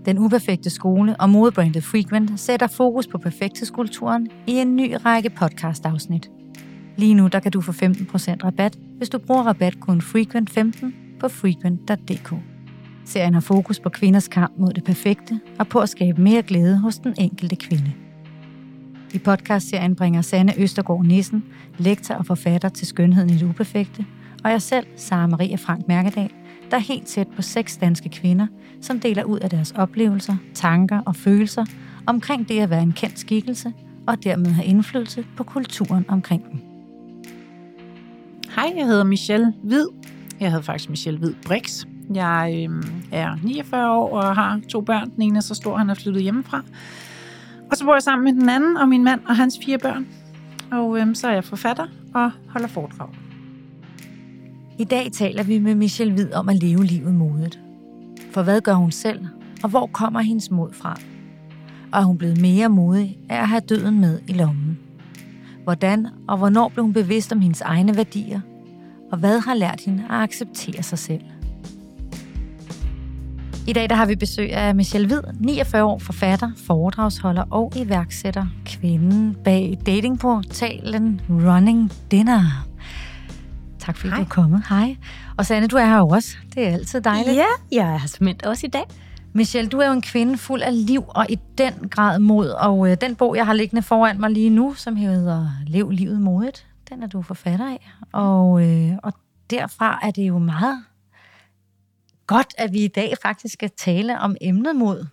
Den uperfekte skole og modebrandet Frequent sætter fokus på perfekthedskulturen i en ny række podcastafsnit. Lige nu der kan du få 15% rabat, hvis du bruger rabatkoden Frequent15 på frequent.dk. Serien har fokus på kvinders kamp mod det perfekte og på at skabe mere glæde hos den enkelte kvinde. I podcastserien bringer Sanne Østergaard Nissen, lektor og forfatter til Skønheden i det uperfekte, og jeg selv, Sara Marie Frank Mærkedal, der er helt tæt på 6 danske kvinder, som deler ud af deres oplevelser, tanker og følelser omkring det at være en kendt skikkelse og dermed have indflydelse på kulturen omkring dem. Hej, jeg hedder Michelle Hvid. Jeg hedder faktisk Michelle Hvid Brix. Jeg er 49 år og har 2 børn. Den ene er så stor, han er flyttet hjemmefra. Og så bor jeg sammen med den anden og min mand og hans 4 børn. Og så er jeg forfatter og holder foredrag. I dag taler vi med Michelle Hvid om at leve livet modigt. For hvad gør hun selv, og hvor kommer hendes mod fra? Og er hun blevet mere modig af at have døden med i lommen? Hvordan og hvornår blev hun bevidst om hendes egne værdier? Og hvad har lært hende at acceptere sig selv? I dag der har vi besøg af Michelle Hvid, 49 år, forfatter, foredragsholder og iværksætter, kvinden bag datingportalen Running Dinner. Tak fordi du er kommet. Hej. Og Sanne, du er her også. Det er altid dejligt. Ja, jeg er her simpelthen også i dag. Michelle, du er jo en kvinde fuld af liv og i den grad mod. Og den bog, jeg har liggende foran mig lige nu, som hedder Lev livet modigt, den er du forfatter af. Og derfra er det jo meget godt, at vi i dag faktisk skal tale om emnet mod.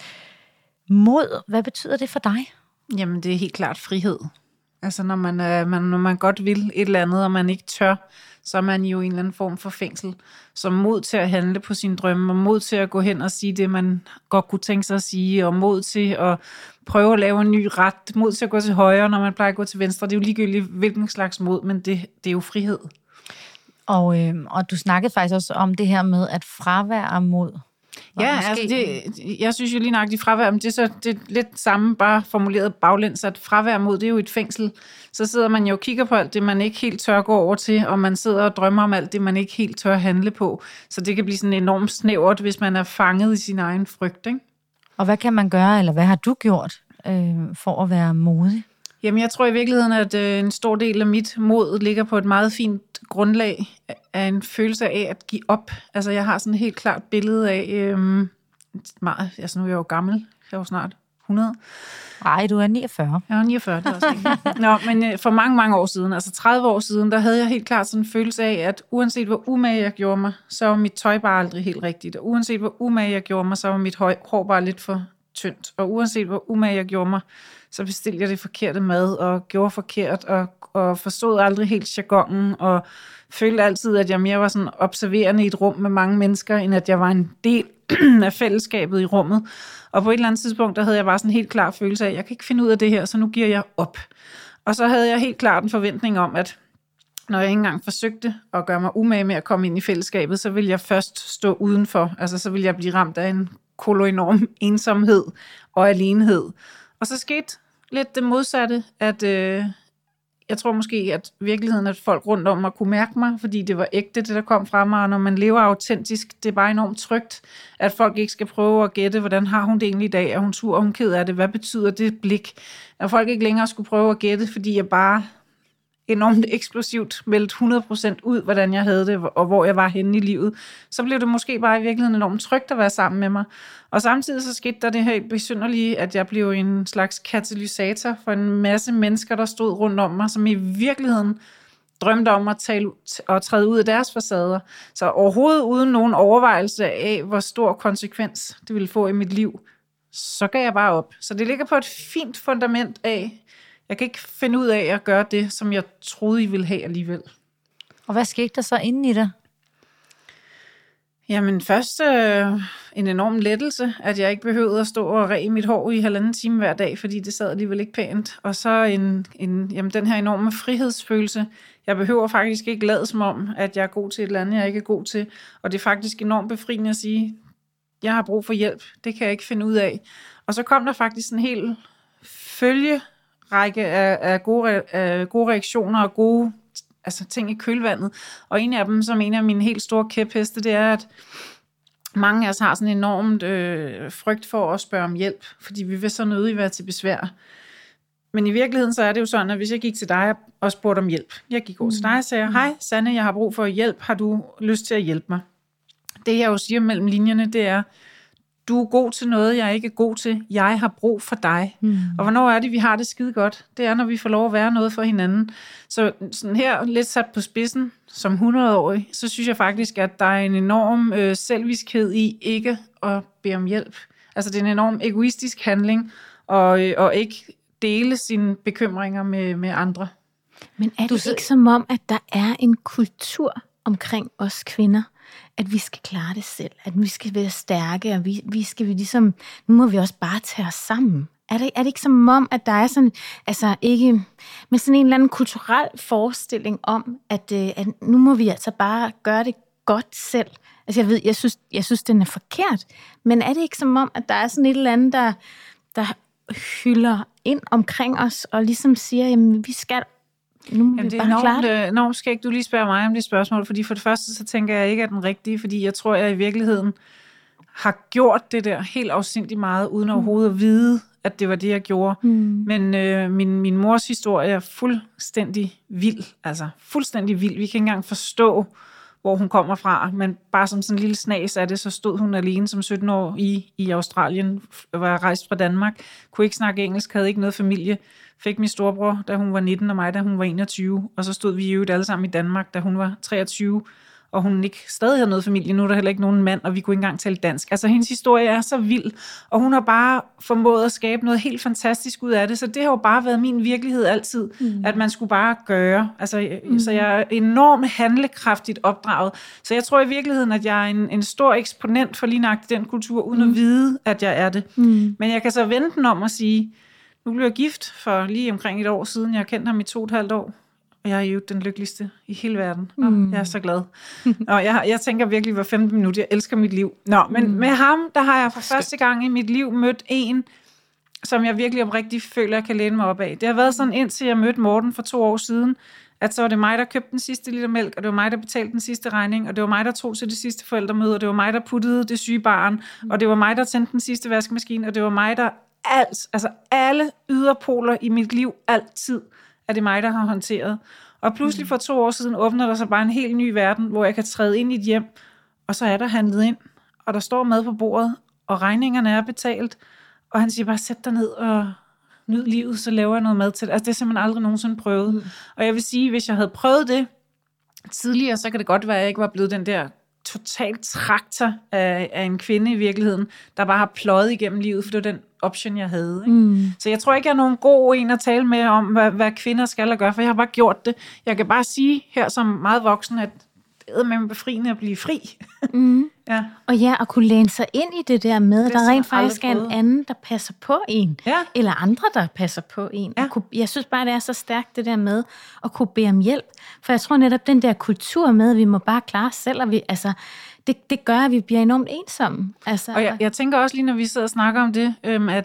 Mod, hvad betyder det for dig? Jamen, det er helt klart frihed. Altså, når man godt vil et eller andet, og man ikke tør, så er man jo i en eller anden form for fængsel. Så mod til at handle på sine drømme, og mod til at gå hen og sige det, man godt kunne tænke sig at sige, og mod til at prøve at lave en ny ret, mod til at gå til højre, når man plejer at gå til venstre. Det er jo ligegyldigt, hvilken slags mod, men det er jo frihed. Og du snakkede faktisk også om det her med, at fravær af mod. Ja, altså jeg synes jo lige nøjagtigt fravær, men det er lidt samme, bare formuleret baglæns, at fravær mod, det er jo et fængsel. Så sidder man jo og kigger på alt det, man ikke helt tør gå over til, og man sidder og drømmer om alt det, man ikke helt tør handle på. Så det kan blive sådan enormt snævert, hvis man er fanget i sin egen frygt, ikke? Og hvad kan man gøre, eller hvad har du gjort for at være modig? Jamen, jeg tror i virkeligheden, at en stor del af mit mod ligger på et meget fint grundlag af en følelse af at give op. Altså, jeg har sådan et helt klart billede af, altså nu er jeg jo gammel, jeg er jo snart 100. Nej, du er 49. Jeg er 49, det er også rigtigt. Nå, men for mange, mange år siden, altså 30 år siden, der havde jeg helt klart sådan en følelse af, at uanset hvor umage jeg gjorde mig, så var mit tøj bare aldrig helt rigtigt. Og uanset hvor umage jeg gjorde mig, så var mit hår bare lidt for tyndt. Og uanset hvor umage jeg gjorde mig, så bestilte jeg det forkerte mad og gjorde forkert og forstod aldrig helt jargonen og følte altid, at jeg mere var sådan observerende i et rum med mange mennesker, end at jeg var en del af fællesskabet i rummet. Og på et eller andet tidspunkt, der havde jeg bare sådan en helt klar følelse af, at jeg kan ikke finde ud af det her, så nu giver jeg op. Og så havde jeg helt klart en forventning om, at når jeg ikke engang forsøgte at gøre mig umage med at komme ind i fællesskabet, så ville jeg først stå udenfor. Altså så ville jeg blive ramt af en koloenorm ensomhed og alenehed. Og så skete lidt det modsatte, at jeg tror måske, at virkeligheden, at folk rundt om mig kunne mærke mig, fordi det var ægte, det der kom fra mig, og når man lever autentisk, det er bare enormt trygt, at folk ikke skal prøve at gætte, hvordan har hun det egentlig i dag, er hun sur, er hun ked af det, hvad betyder det blik, at folk ikke længere skulle prøve at gætte, fordi jeg bare enormt eksplosivt meldt 100% ud, hvordan jeg havde det, og hvor jeg var henne i livet, så blev det måske bare i virkeligheden enormt trygt at være sammen med mig. Og samtidig så skete der det her besynderlige, at jeg blev en slags katalysator for en masse mennesker, der stod rundt om mig, som i virkeligheden drømte om at træde ud af deres facader. Så overhovedet uden nogen overvejelse af, hvor stor konsekvens det ville få i mit liv, så gav jeg bare op. Så det ligger på et fint fundament af, jeg kan ikke finde ud af at gøre det, som jeg troede, I ville have alligevel. Og hvad skete der så inden i dig? Jamen først en enorm lettelse, at jeg ikke behøvede at stå og ræge mit hår i 1,5 time hver dag, fordi det sad alligevel ikke pænt. Og så jamen, den her enorme frihedsfølelse. Jeg behøver faktisk ikke lade som om, at jeg er god til et eller andet, jeg ikke er god til. Og det er faktisk enormt befriende at sige, jeg har brug for hjælp, det kan jeg ikke finde ud af. Og så kom der faktisk en hel følgerække af gode reaktioner og gode ting i kølvandet. Og en af dem, som en af mine helt store kæpheste, det er, at mange af os har sådan en enormt frygt for at spørge om hjælp, fordi vi vil så nødig være til besvær. Men i virkeligheden så er det jo sådan, at hvis jeg gik til dig og spurgte om hjælp, jeg gik over til dig og sagde, hej Sanne, jeg har brug for hjælp, har du lyst til at hjælpe mig? Det jeg jo siger mellem linjerne, det er, du er god til noget, jeg er ikke god til, jeg har brug for dig. Og hvornår er det, vi har det skide godt? Det er, når vi får lov at være noget for hinanden. Så sådan her, lidt sat på spidsen, som 100-årig, så synes jeg faktisk, at der er en enorm selvviskhed i ikke at bede om hjælp. Altså det er en enorm egoistisk handling, og ikke dele sine bekymringer med andre. Men er det ikke som om, at der er en kultur omkring os kvinder, at vi skal klare det selv, at vi skal være stærke, og vi skal ligesom, nu må vi også bare tage os sammen. Er det ikke som om, at der er sådan, altså ikke, men sådan en eller anden kulturel forestilling om, at nu må vi altså bare gøre det godt selv. Altså jeg synes den er forkert, men er det ikke som om, at der er sådan et eller andet, der hylder ind omkring os, og ligesom siger, jamen vi skal, nu må vi bare klare det. Det er enormt skægt, du lige spørger mig om det spørgsmål, fordi for det første, så tænker jeg ikke, at den rigtige, fordi jeg tror, jeg i virkeligheden har gjort det der helt afsindigt meget, uden overhovedet at vide, at det var det, jeg gjorde. Men min mors historie er fuldstændig vild, altså fuldstændig vild. Vi kan ikke engang forstå, hvor hun kommer fra, men bare som sådan en lille snas af det, så stod hun alene som 17 år i Australien, var rejst fra Danmark, kunne ikke snakke engelsk, havde ikke noget familie, fik min storebror, da hun var 19, og mig, da hun var 21, og så stod vi jo alle sammen i Danmark, da hun var 23, og hun ikke stadig havde noget familie, nu er der heller ikke nogen mand, og vi kunne ikke engang tale dansk. Altså hendes historie er så vild, og hun har bare formået at skabe noget helt fantastisk ud af det, så det har jo bare været min virkelighed altid, at man skulle bare gøre. Altså, så jeg er enormt handlekraftigt opdraget. Så jeg tror i virkeligheden, at jeg er en stor eksponent for lige nøjagtigt den kultur, uden at vide, at jeg er det. Men jeg kan så vende den om og sige, nu blev jeg gift for lige omkring et år siden, jeg har kendt ham i 2,5 år. Og jeg er jo den lykkeligste i hele verden. Jeg er så glad. Og jeg tænker virkelig hver 15 minutter, jeg elsker mit liv. Men med ham, der har jeg for første gang i mit liv mødt en, som jeg virkelig oprigtigt føler, jeg kan læne mig op af. Det har været sådan, indtil jeg mødte Morten for 2 år siden, at så var det mig, der købte den sidste liter mælk, og det var mig, der betalte den sidste regning, og det var mig, der tog til det sidste forældremøde, og det var mig, der puttede det syge barn, og det var mig, der tændte den sidste vaskemaskine, og det var mig, der alle yderpoler i mit liv altid er det mig, der har håndteret. Og pludselig for 2 år siden åbner der sig bare en helt ny verden, hvor jeg kan træde ind i et hjem, og så er der handlet ind, og der står mad på bordet, og regningerne er betalt, og han siger bare, sæt dig ned og nyd livet, så laver jeg noget mad til det. Altså det er simpelthen aldrig nogensinde prøvet. Og jeg vil sige, hvis jeg havde prøvet det tidligere, så kan det godt være, at jeg ikke var blevet den der totalt traktor af en kvinde i virkeligheden, der bare har pløjet igennem livet, for det var den option, jeg havde. Ikke? Så jeg tror ikke, jeg er nogen god en at tale med om, hvad kvinder skal og gøre, for jeg har bare gjort det. Jeg kan bare sige her som meget voksen, at det er med befriende at blive fri. Ja. Og at kunne læne sig ind i det der med, at der rent faktisk er en anden, der passer på en. Ja. Eller andre, der passer på en. Ja. Jeg synes bare, det er så stærkt det der med at kunne bede om hjælp. For jeg tror netop, den der kultur med, at vi må bare klare os selv, og det gør, at vi bliver enormt ensomme. Altså, og jeg tænker også lige, når vi sidder og snakker om det,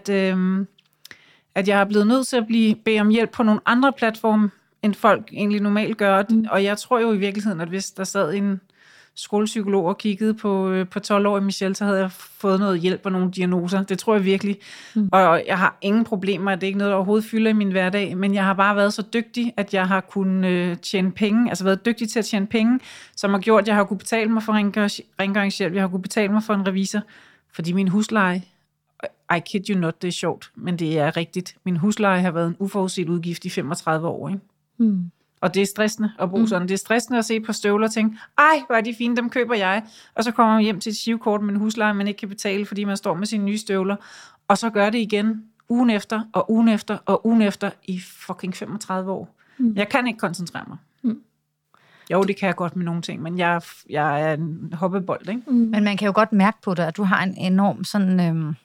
at jeg er blevet nødt til at bede om hjælp på nogle andre platforme, end folk egentlig normalt gør. Og jeg tror jo i virkeligheden, at hvis der sad en skolepsykolog og kiggede på 12-årige Michelle, så havde jeg fået noget hjælp og nogle diagnoser. Det tror jeg virkelig. Og jeg har ingen problemer, det er ikke noget, der overhovedet fylder i min hverdag, men jeg har bare været så dygtig, at jeg har kunnet tjene penge, altså været dygtig til at tjene penge, som har gjort, at jeg har kunnet betale mig for rengøringshjælp, jeg har kunnet betale mig for en revisor, fordi min husleje, I kid you not, det er sjovt, men det er rigtigt. Min husleje har været en uforudset udgift i 35 år, ikke? Og det er stressende at bo sådan. Det er stressende at se på støvler og tænke, ej, hvor er de fine, dem køber jeg. Og så kommer man hjem til et shivkort med en husleje, man ikke kan betale, fordi man står med sine nye støvler. Og så gør det igen ugen efter, og ugen efter, og ugen efter i fucking 35 år. Jeg kan ikke koncentrere mig. Jo, det kan jeg godt med nogle ting, men jeg er en hoppebold, ikke? Men man kan jo godt mærke på dig, at du har en enorm sådan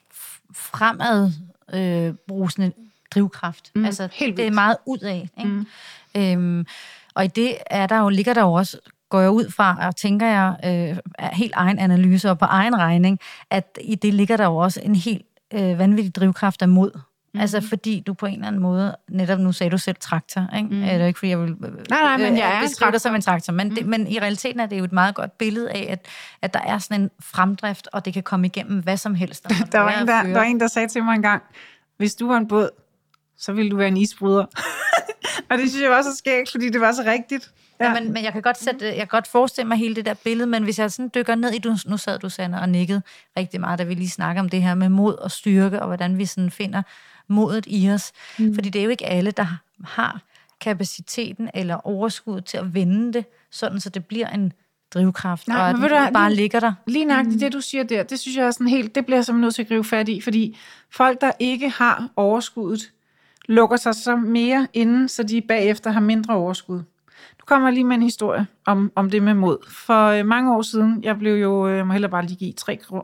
fremadbrusende drivkraft. Altså, det er meget udad, ikke? Og i det ligger der jo også, går jeg ud fra, og tænker jeg, helt egen analyse og på egen regning, at i det ligger der jo også en helt vanvittig drivkraft af mod. Altså fordi du på en eller anden måde, netop nu sagde du selv traktor, ikke? Det er ikke fordi jeg vil nej, men jeg er beskrive dig som en traktor, men i realiteten er det jo et meget godt billede af, at der er sådan en fremdrift, og det kan komme igennem hvad som helst. Der var en, der sagde til mig engang, hvis du var en båd, så ville du være en isbryder. Og det synes jeg var så skægt, fordi det var så rigtigt. Ja, men jeg kan godt forestille mig hele det der billede, men hvis jeg sådan dykker ned i, nu sad du, Sanne, og nikkede rigtig meget, da vi lige snakker om det her med mod og styrke, og hvordan vi sådan finder modet i os. Fordi det er jo ikke alle, der har kapaciteten eller overskud til at vende det, sådan så det bliver en drivkraft, og at det bare ligger der. Lige nøjagtigt det, du siger der, det synes jeg er sådan helt, det bliver jeg simpelthen nødt til at gribe fat i, fordi folk, der ikke har overskuddet, lukker sig så mere inden, så de bagefter har mindre overskud. Nu kommer jeg lige med en historie om det med mod. For mange år siden, jeg blev jo, jeg må hellere bare lige give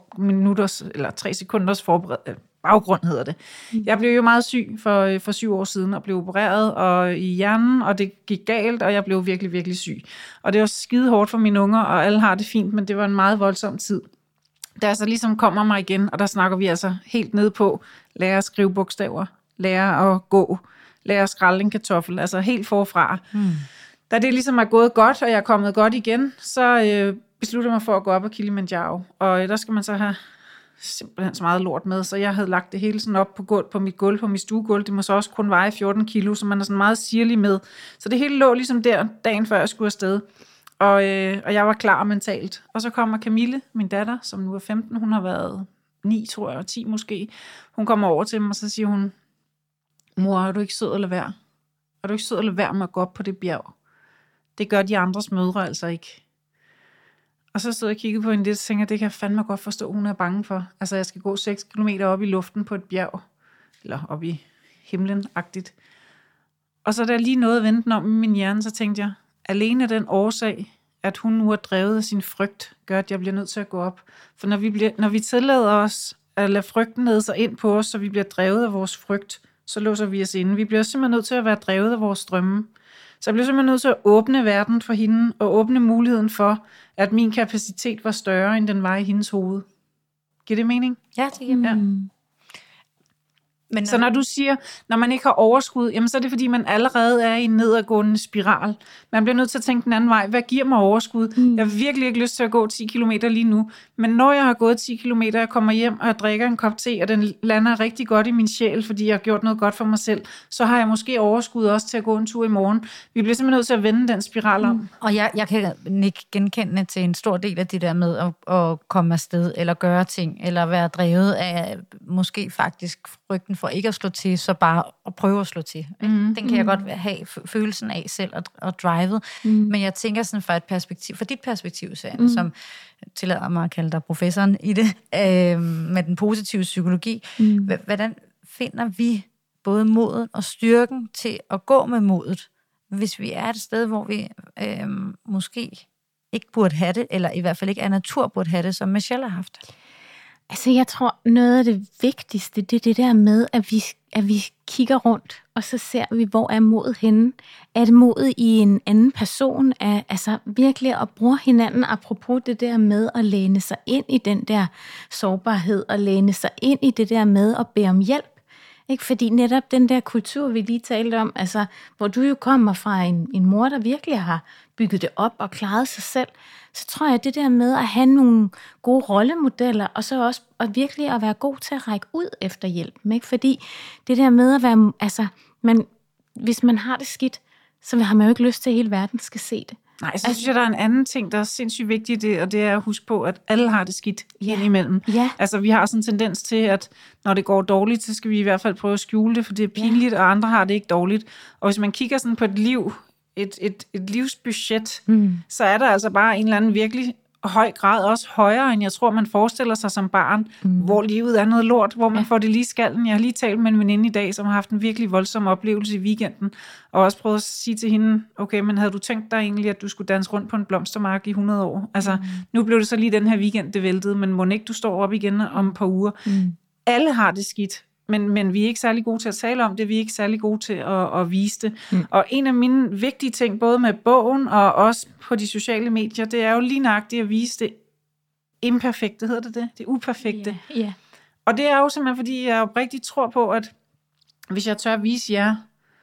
3 sekunders baggrund hedder det. Jeg blev jo meget syg for 7 år siden, og blev opereret og i hjernen, og det gik galt, og jeg blev virkelig, virkelig syg. Og det var skide hårdt for mine unger, og alle har det fint, men det var en meget voldsom tid. Da jeg så ligesom kommer mig igen, og der snakker vi altså helt ned på, lære at skrive bogstaver, lære at gå, lære at skrælle en kartoffel, altså helt forfra. Da det ligesom er gået godt, og jeg er kommet godt igen, så besluttede jeg mig for at gå op ad Kilimanjaro. Og der skal man så have simpelthen så meget lort med, så jeg havde lagt det hele sådan op på mit gulv, på mit stuegulv. Det må så også kun veje 14 kilo, så man er sådan meget sirlig med. Så det hele lå ligesom der, dagen før jeg skulle afsted. Og jeg var klar mentalt. Og så kommer Camille, min datter, som nu er 15, hun har været 9, tror jeg, og 10 måske. Hun kommer over til mig, og så siger hun, mor, er du ikke sød at lade være? Er du ikke sød at lade være med at gå op på det bjerg? Det gør de andres mødre altså ikke. Og så stod jeg og kiggede på hende lidt, og tænkte, det kan jeg fandme godt forstå, hun er bange for. Altså, jeg skal gå 6 kilometer op i luften på et bjerg, eller op i himlen-agtigt. Og så da jeg lige nåede at vente om i min hjerne, så tænkte jeg, alene den årsag, at hun nu er drevet af sin frygt, gør, at jeg bliver nødt til at gå op. For når vi tillader os at lade frygten ned sig ind på os, så vi bliver drevet af vores frygt, så låser vi os inde. Vi bliver simpelthen nødt til at være drevet af vores drømme. Så jeg blev simpelthen nødt til at åbne verden for hende, og åbne muligheden for, at min kapacitet var større, end den var i hendes hoved. Giver det mening? Ja, det giver mening. Ja. Men så når du siger, når man ikke har overskud, jamen så er det fordi, man allerede er i en nedadgående spiral. Man bliver nødt til at tænke den anden vej. Hvad giver mig overskud? Jeg har virkelig ikke lyst til at gå 10 kilometer lige nu. Men når jeg har gået 10 kilometer, jeg kommer hjem, og jeg drikker en kop te, og den lander rigtig godt i min sjæl, fordi jeg har gjort noget godt for mig selv, så har jeg måske overskud også til at gå en tur i morgen. Vi bliver simpelthen nødt til at vende den spiral om. Og jeg kan ikke genkende til en stor del af det der med at komme afsted, eller gøre ting, eller være drevet af måske faktisk frygten for ikke at slå til, så bare at prøve at slå til. Den kan jeg godt have følelsen af selv og drivet. Men jeg tænker sådan fra dit perspektiv, Sanne, som tillader mig at kalde dig professoren i det, med den positive psykologi. Hvordan finder vi både modet og styrken til at gå med modet, hvis vi er et sted, hvor vi måske ikke burde have det, eller i hvert fald ikke af natur burde have det, som Michelle har haft? Altså, jeg tror, noget af det vigtigste, det er det der med, at vi kigger rundt, og så ser vi, hvor er modet henne. Er det modet i en anden person? Altså virkelig at bruge hinanden, apropos det der med at læne sig ind i den der sårbarhed, og læne sig ind i det der med at bede om hjælp. Ikke? Fordi netop den der kultur, vi lige talte om, altså, hvor du jo kommer fra en mor, der virkelig har bygget det op og klaret sig selv, så tror jeg, det der med at have nogle gode rollemodeller, og så også at virkelig at være god til at række ud efter hjælp. Ikke? Fordi det der med at være, altså, hvis man har det skidt, så har man jo ikke lyst til, at hele verden skal se det. Nej, så synes jeg, der er en anden ting, der er sindssygt vigtigt, og det er at huske på, at alle har det skidt indimellem. Ja. Altså, vi har sådan en tendens til, at når det går dårligt, så skal vi i hvert fald prøve at skjule det, for det er pinligt, og andre har det ikke dårligt. Og hvis man kigger sådan på et liv, et livsbudget, så er der altså bare en eller anden virkelig høj grad, også højere, end jeg tror, man forestiller sig som barn, hvor livet er noget lort, hvor man får det lige i skallen. Jeg har lige talt med en veninde i dag, som har haft en virkelig voldsom oplevelse i weekenden, og også prøvet at sige til hende, okay, men havde du tænkt dig egentlig, at du skulle danse rundt på en blomstermark i 100 år? Altså, nu blev det så lige den her weekend, det væltede, men må ikke du står op igen om et par uger? Alle har det skidt. Men vi er ikke særlig gode til at tale om det, vi er ikke særlig gode til at vise det. Og en af mine vigtige ting, både med bogen og også på de sociale medier, det er jo lige nøjagtigt at vise det imperfekte, hedder det? Det uperfekte. Yeah. Og det er jo simpelthen, fordi jeg oprigtigt tror på, at hvis jeg tør at vise jer,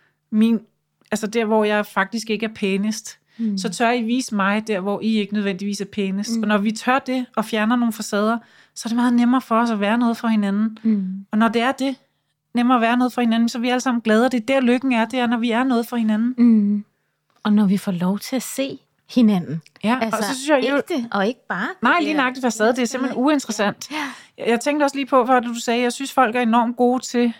altså der, hvor jeg faktisk ikke er pænest, så tør I vise mig der, hvor I ikke nødvendigvis er pænest. Og når vi tør det og fjerner nogle facader, så er det meget nemmere for os at være noget for hinanden. Og når det er det, nemmere at være noget for hinanden, så er vi alle sammen glade. Det er der lykken er, det er, når vi er noget for hinanden. Og når vi får lov til at se hinanden. Ja, altså, og så synes jeg ægte, og ikke bare... Nej, lige nøjagtigt facade, det er simpelthen uinteressant. Jeg tænkte også lige på, hvad du sagde, jeg synes, folk er enormt gode til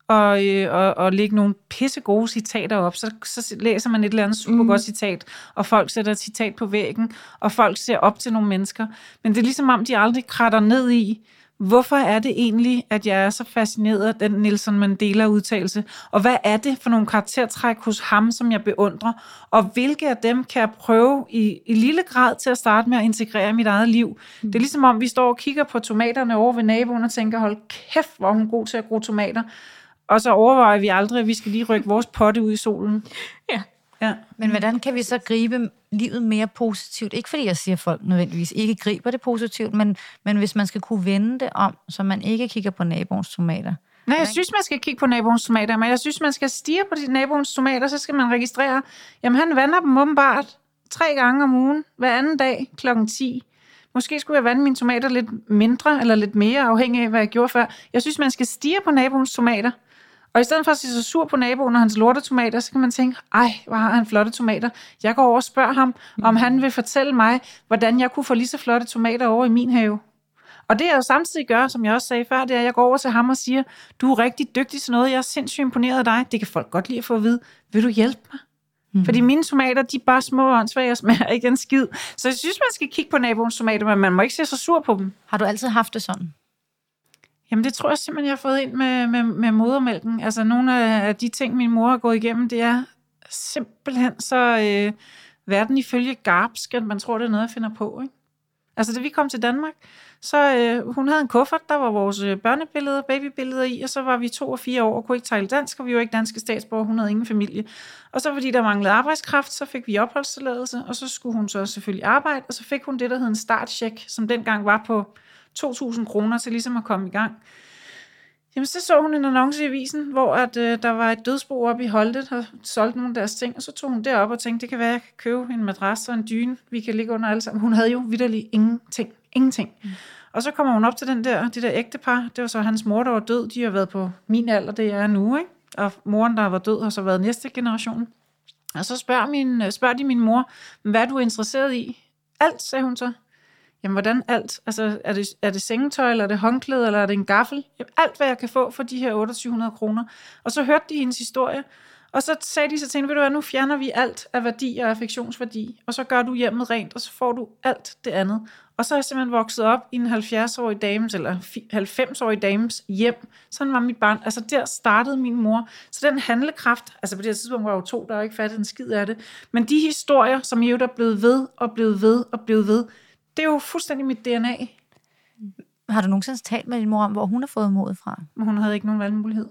og lægge nogle pisse gode citater op, så læser man et eller andet super godt citat, og folk sætter et citat på væggen, og folk ser op til nogle mennesker. Men det er ligesom om, de aldrig kratter ned i, hvorfor er det egentlig, at jeg er så fascineret af den Nelson Mandela-udtalelse, og hvad er det for nogle karaktertræk hos ham, som jeg beundrer, og hvilke af dem kan jeg prøve i lille grad til at starte med at integrere i mit eget liv. Det er ligesom om, vi står og kigger på tomaterne over ved naboen og tænker, hold kæft, hvor er hun god til at gro tomater. Og så overvejer vi aldrig, at vi skal lige rykke vores potte ud i solen. Ja. Men hvordan kan vi så gribe livet mere positivt? Ikke fordi jeg siger, at folk nødvendigvis ikke griber det positivt, men hvis man skal kunne vende det om, så man ikke kigger på naboens tomater. Nej, jeg synes, man skal kigge på naboens tomater, men jeg synes, man skal stirre på de naboens tomater, så skal man registrere, jamen han vander dem åbenbart 3 gange om ugen, hver anden dag kl. 10. Måske skulle jeg vande mine tomater lidt mindre, eller lidt mere, afhængig af, hvad jeg gjorde før. Jeg synes, man skal stirre på naboens tomater. Og i stedet for at se så sur på naboen og hans lortetomater, så kan man tænke, ej, hvor har han flotte tomater. Jeg går over og spørger ham, om han vil fortælle mig, hvordan jeg kunne få lige så flotte tomater over i min have. Og det jeg jo samtidig gør, som jeg også sagde før, det er, at jeg går over til ham og siger, du er rigtig dygtig til noget, jeg er sindssygt imponeret af dig. Det kan folk godt lide at få at vide. Vil du hjælpe mig? Fordi mine tomater, de er bare små og åndssvage og smager ikke en skid. Så jeg synes, man skal kigge på naboens tomater, men man må ikke se så sur på dem. Har du altid haft det sådan? Jamen det tror jeg simpelthen, jeg har fået ind med modermælken. Altså nogle af de ting, min mor har gået igennem, det er simpelthen så verden ifølge garbsk, at man tror, det er noget, jeg finder på. Ikke? Altså da vi kom til Danmark, så hun havde en kuffert, der var vores børnebilleder, babybilleder i, og så var vi 2 og 4 år og kunne ikke tale dansk, og vi var ikke danske statsborgere, hun havde ingen familie. Og så fordi der manglede arbejdskraft, så fik vi opholdstilladelse, og så skulle hun så selvfølgelig arbejde, og så fik hun det, der hed en startcheck, som dengang var på 2.000 kroner til ligesom at komme i gang. Jamen, så hun en annonce i avisen, hvor at, der var et dødsbo oppe i Holtet, og solgte nogle af deres ting, og så tog hun derop og tænkte, det kan være, at jeg kan købe en madras og en dyne, vi kan ligge under alle sammen. Hun havde jo vitterligt ingenting. Og så kommer hun op til det der ægtepar, det var så hans mor, der var død, de har været på min alder, det er nu, ikke? Og moren, der var død, har så været næste generation. Og så spørger de min mor, hvad er du interesseret i? Alt, sagde hun så. Jamen, hvordan alt? Altså, er det sengetøj, eller er det håndklæde, eller er det en gaffel? Jamen, alt, hvad jeg kan få for de her 2800 kroner. Og så hørte de hendes historie, og så sagde de så til hende, ved du hvad, nu fjerner vi alt af værdi og affektionsværdi, og så gør du hjemmet rent, og så får du alt det andet. Og så er jeg simpelthen vokset op i en 70-årig dames, eller 90-årig dames hjem. Sådan var mit barn. Altså, der startede min mor. Så den handlekraft, altså på det her tidspunkt var jeg jo 2, der er jo ikke fattet en skid af det, men de historier, som jo der er blevet ved, og blevet ved, og blevet ved, det er jo fuldstændig mit DNA. Har du nogensinde talt med din mor om, hvor hun har fået modet fra? Men hun havde ikke nogen valgmulighed.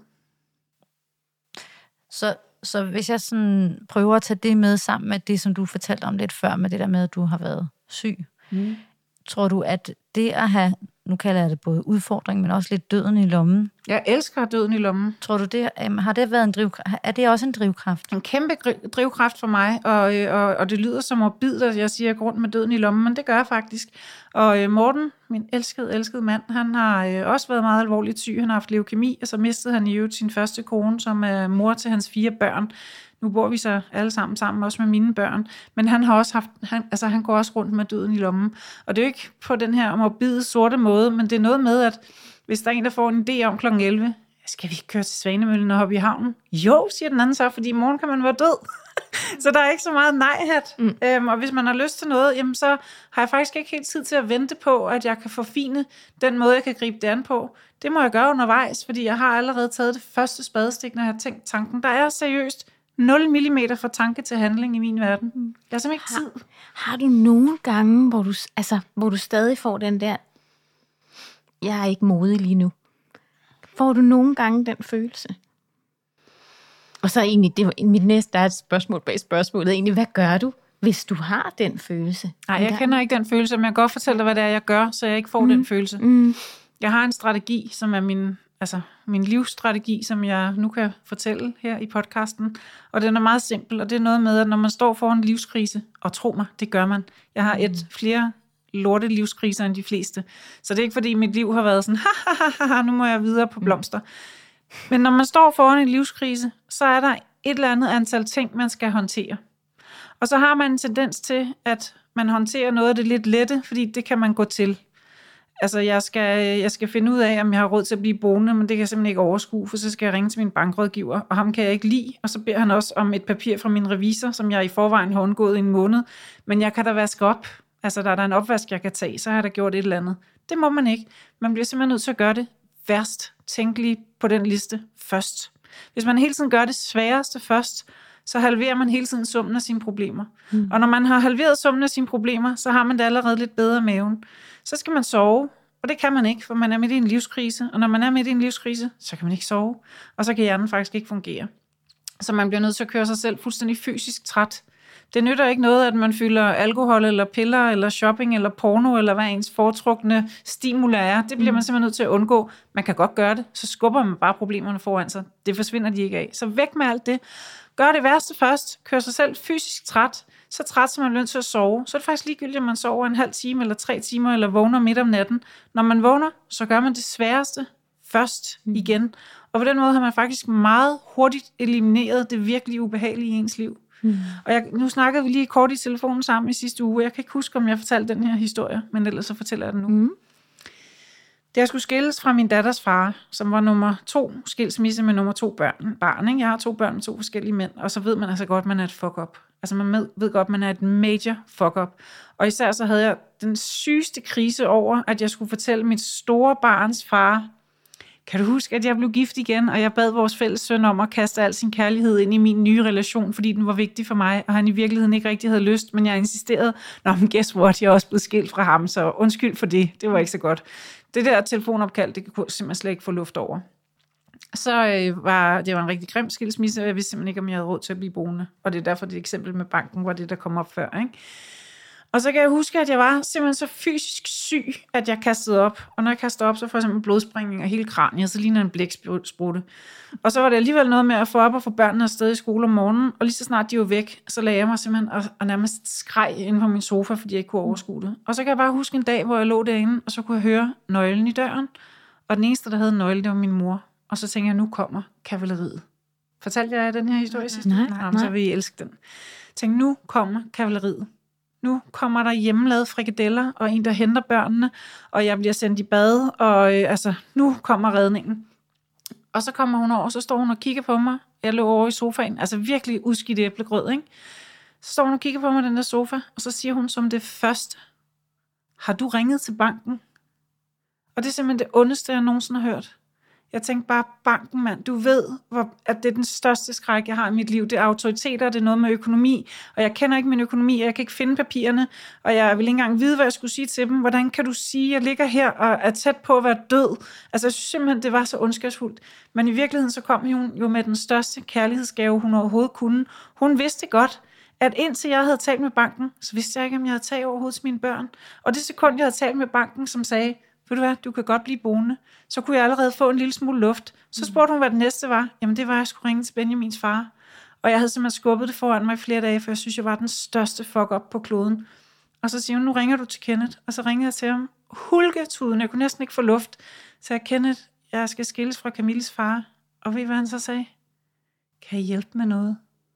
Så hvis jeg sådan prøver at tage det med sammen med det, som du fortalte om lidt før, med det der med, at du har været syg, tror du, at det at have, nu kalder jeg det både udfordring, men også lidt døden i lommen? Jeg elsker døden i lommen. Tror du det, har det været en drivkraft? Er det også en drivkraft? En kæmpe drivkraft for mig, og det lyder som morbid, at jeg siger grund med døden i lommen, men det gør jeg faktisk. Og Morten, min elskede mand, han har også været meget alvorligt syg. Han har haft leukemi, og så mistede han i øvrigt sin første kone, som er mor til hans 4 børn. Nu bor vi så alle sammen, også med mine børn. Men han har også haft, han går også rundt med døden i lommen. Og det er jo ikke på den her morbide, sorte måde, men det er noget med, at hvis der er en, der får en idé om kl. 11, skal vi ikke køre til Svanemøllen og hoppe i havnen? Jo, siger den anden så, fordi i morgen kan man være død. Så der er ikke så meget nej-hat. Og hvis man har lyst til noget, jamen så har jeg faktisk ikke helt tid til at vente på, at jeg kan forfine den måde, jeg kan gribe det an på. Det må jeg gøre undervejs, fordi jeg har allerede taget det første spadestik, når jeg har tænkt tanken. Der er seriøst 0 millimeter fra tanke til handling i min verden. Jeg har simpelthen ikke tid. Har du nogle gange, hvor du stadig får den der, jeg er ikke modig lige nu? Får du nogle gange den følelse? Og så egentlig, det var mit næste, der er et spørgsmål bag spørgsmålet, egentlig, hvad gør du, hvis du har den følelse? Nej, jeg kender ikke den følelse, men jeg kan godt fortælle dig, hvad det er, jeg gør, så jeg ikke får den følelse. Jeg har en strategi, som er min altså min livsstrategi, som jeg nu kan fortælle her i podcasten. Og den er meget simpel, og det er noget med, at når man står foran en livskrise, og tro mig, det gør man. Jeg har flere lorte livskriser end de fleste. Så det er ikke fordi mit liv har været sådan, nu må jeg videre på blomster. Men når man står foran en livskrise, så er der et eller andet antal ting, man skal håndtere. Og så har man en tendens til, at man håndterer noget af det lidt lette, fordi det kan man gå til. Altså, jeg skal finde ud af, om jeg har råd til at blive boende, men det kan jeg simpelthen ikke overskue, for så skal jeg ringe til min bankrådgiver, og ham kan jeg ikke lide, og så beder han også om et papir fra min revisor, som jeg i forvejen har undgået i en måned, men jeg kan da vaske op. Altså, der er en opvask, jeg kan tage, så har jeg da gjort et eller andet. Det må man ikke. Man bliver simpelthen nødt til at gøre det værst tænkelige på den liste først. Hvis man hele tiden gør det sværeste først, så halverer man hele tiden summen af sine problemer. Og når man har halveret summen af sine problemer, så har man det allerede lidt bedre i maven. Så skal man sove, og det kan man ikke, for man er midt i en livskrise. Og når man er midt i en livskrise, så kan man ikke sove, og så kan hjernen faktisk ikke fungere. Så man bliver nødt til at køre sig selv fuldstændig fysisk træt. Det nytter ikke noget, at man fylder alkohol, eller piller, eller shopping, eller porno, eller hvad ens foretrukne stimuli er. Det bliver man simpelthen nødt til at undgå. Man kan godt gøre det, så skubber man bare problemerne foran sig. Det forsvinder de ikke af. Så væk med alt det. Gør det værste først. Kør sig selv fysisk træt. Så træt, så man bliver nødt til at sove. Så er det faktisk ligegyldigt, om man sover en halv time, eller 3 timer, eller vågner midt om natten. Når man vågner, så gør man det sværeste først igen. Og på den måde har man faktisk meget hurtigt elimineret det virkelig ubehagelige i ens liv. Og nu snakkede vi lige kort i telefonen sammen i sidste uge. Jeg kan ikke huske, om jeg fortalte den her historie, men ellers så fortæller jeg den nu. Da jeg skulle skilles fra min datters far, som var nummer 2 skilsmisse med nummer 2 barn. Ikke? Jeg har 2 børn med 2 forskellige mænd, og så ved man altså godt, man er et fuck-up. Altså man ved godt, man er et major fuck-up. Og især så havde jeg den sygeste krise over, at jeg skulle fortælle mit store barns far, kan du huske, at jeg blev gift igen, og jeg bad vores fælles søn om at kaste al sin kærlighed ind i min nye relation, fordi den var vigtig for mig, og han i virkeligheden ikke rigtig havde lyst, men jeg insisterede, men guess what, jeg er også blevet skilt fra ham, så undskyld for det, det var ikke så godt. Det der telefonopkald, det kunne simpelthen slet ikke få luft over. Så var det en rigtig grim skilsmisse, og jeg vidste simpelthen ikke, om jeg havde råd til at blive boende, og det er derfor, det eksempel med banken var det, der kom op før, ikke? Og så kan jeg huske, at jeg var simpelthen så fysisk syg, at jeg kastede op. Og når jeg kastede op, så får jeg simpelthen blodsprængning af hele kraniet, så ligner en blæksprutte. Og så var det alligevel noget med at få op og få børnene afsted i skole om morgenen, og lige så snart de var væk, så lagde jeg mig simpelthen og nærmest skreg inde på min sofa, fordi jeg ikke kunne overskue det. Og så kan jeg bare huske en dag, hvor jeg lå derinde, og så kunne jeg høre nøglen i døren. Og den eneste, der havde nøglen, det var min mor. Og så tænkte jeg, nu kommer kavaleriet. Fortalte jeg den her historie sidst? Nej. Så vil I elske den. Jeg tænkte, nu kommer kavaleriet. Nu kommer der hjemmelavede frikadeller, og en, der henter børnene, og jeg bliver sendt i bad, og nu kommer redningen. Og så kommer hun over, så står hun og kigger på mig. Jeg lå over i sofaen, altså virkelig udskidt æblegrød, ikke? Så står hun og kigger på mig, den der sofa, og så siger hun som det første, har du ringet til banken? Og det er simpelthen det ondeste, jeg nogensinde har hørt. Jeg tænkte bare, banken, mand, du ved, at det er den største skræk, jeg har i mit liv. Det er autoriteter, det er noget med økonomi, og jeg kender ikke min økonomi, og jeg kan ikke finde papirerne, og jeg vil ikke engang vide, hvad jeg skulle sige til dem. Hvordan kan du sige, at jeg ligger her og er tæt på at være død? Altså, jeg synes simpelthen, det var så ondskabsfuldt. Men i virkeligheden, så kom hun jo med den største kærlighedsgave, hun overhovedet kunne. Hun vidste godt, at indtil jeg havde talt med banken, så vidste jeg ikke, om jeg havde talt overhovedet til mine børn. Og det sekund, jeg havde talt med banken, som sagde, ved du hvad, du kan godt blive boende, så kunne jeg allerede få en lille smule luft. Så spurgte hun, hvad det næste var. Jamen det var, at jeg skulle ringe til Benjamins far. Og jeg havde simpelthen skubbet det foran mig i flere dage, for jeg synes, jeg var den største fuck-up på kloden. Og så siger hun, nu ringer du til Kenneth. Og så ringede jeg til ham, hulketuden, jeg kunne næsten ikke få luft. Så jeg, Kenneth, jeg skal skilles fra Camilles far. Og ved I, hvad han så sagde? Kan I hjælpe med noget?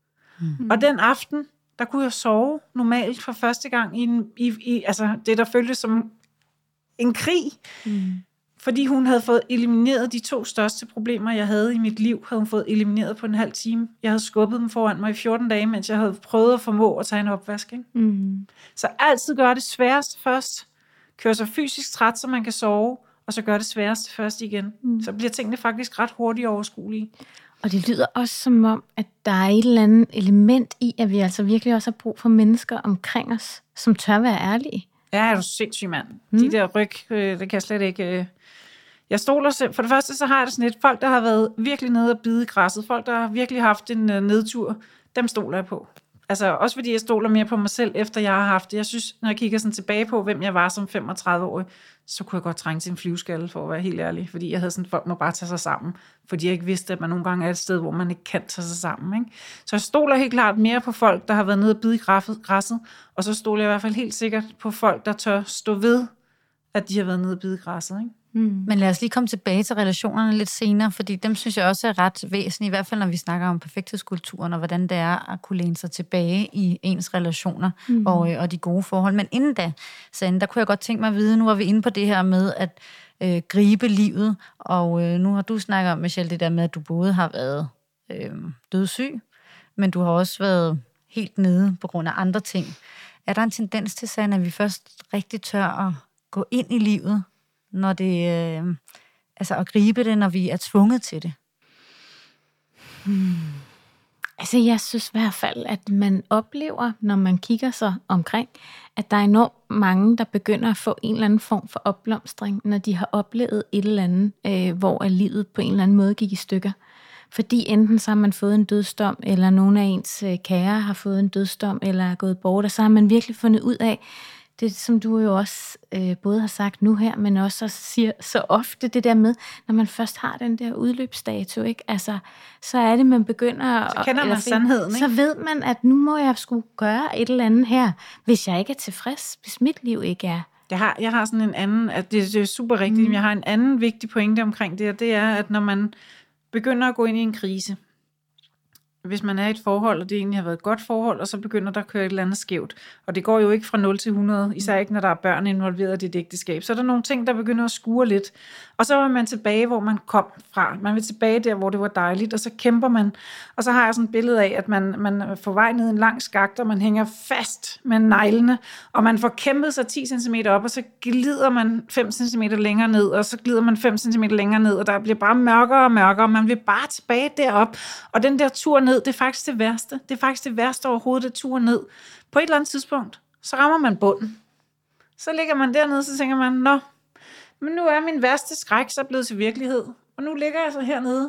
Og den aften, der kunne jeg sove normalt for første gang i det, der føltes som en krig, fordi hun havde fået elimineret de 2 største problemer, jeg havde i mit liv, havde hun fået elimineret på en halv time. Jeg havde skubbet dem foran mig i 14 dage, mens jeg havde prøvet at formå at tage en opvask. Så altid gør det sværeste først, kør sig fysisk træt, så man kan sove, og så gør det sværeste først igen. Så bliver tingene faktisk ret hurtigt overskuelige. Og det lyder også som om, at der er et eller andet element i, at vi altså virkelig også har brug for mennesker omkring os, som tør være ærlige. Ja, er du sindssyg, mand. De der ryg, det kan jeg slet ikke... Jeg stoler selv. For det første, så har jeg det sådan lidt. Folk, der har været virkelig nede og bide i græsset, folk, der har virkelig haft en nedtur, dem stoler jeg på. Altså også fordi jeg stoler mere på mig selv, efter jeg har haft det. Jeg synes, når jeg kigger sådan tilbage på, hvem jeg var som 35-årig, så kunne jeg godt trænge til en flyveskalle, for at være helt ærlig. Fordi jeg havde sådan, folk må bare tage sig sammen. Fordi jeg ikke vidste, at man nogle gange er et sted, hvor man ikke kan tage sig sammen. Ikke? Så jeg stoler helt klart mere på folk, der har været nede og bide i græsset. Og så stoler jeg i hvert fald helt sikkert på folk, der tør stå ved, at de har været nede og bide i græsset. Ikke? Men lad os lige komme tilbage til relationerne lidt senere, fordi dem synes jeg også er ret væsentlige, i hvert fald når vi snakker om perfekthedskulturen, og hvordan det er at kunne læne sig tilbage i ens relationer og de gode forhold. Men inden da, Sanne, der kunne jeg godt tænke mig at vide, nu var vi inde på det her med at gribe livet, og nu har du snakket om, Michelle, det der med, at du både har været dødssyg, men du har også været helt nede på grund af andre ting. Er der en tendens til, Sanne, at vi først rigtig tør at gå ind i livet, når det, at gribe det, når vi er tvunget til det? Altså, jeg synes i hvert fald, at man oplever, når man kigger sig omkring, at der er enormt mange, der begynder at få en eller anden form for opblomstring, når de har oplevet et eller andet, hvor livet på en eller anden måde gik i stykker. Fordi enten så har man fået en dødsdom, eller nogle af ens kære har fået en dødsdom, eller er gået bort, og så har man virkelig fundet ud af, det som du jo også både har sagt nu her, men også siger så ofte det der med, når man først har den der udløbsdato, ikke? Altså, så er det, man begynder så kender man sandheden, ikke? Så ved man, at nu må jeg skulle gøre et eller andet her, hvis jeg ikke er tilfreds, hvis mit liv ikke er. Jeg har sådan en anden, at det er super rigtigt, men jeg har en anden vigtig pointe omkring det, og det er, at når man begynder at gå ind i en krise, hvis man er i et forhold, og det egentlig har været et godt forhold, og så begynder der at køre et eller andet skævt. Og det går jo ikke fra 0 til 100, især ikke når der er børn involveret i det ægteskab. Så er der nogle ting, der begynder at skure lidt. Og så er man tilbage, hvor man kom fra. Man vil tilbage der, hvor det var dejligt, og så kæmper man. Og så har jeg sådan et billede af, at man får vej ned en lang skakt, og man hænger fast med neglene, og man får kæmpet sig 10 cm op, og så glider man 5 cm længere ned, og så glider man 5 cm længere ned, og der bliver bare mørkere og mørkere, og man vil bare tilbage derop. Og den der tur ned, det er faktisk det værste. Det er faktisk det værste overhovedet, det tur ned. På et eller andet tidspunkt, så rammer man bunden. Så ligger man dernede, så tænker man, nå, men nu er min værste skræk så blevet til virkelighed. Og nu ligger jeg så hernede.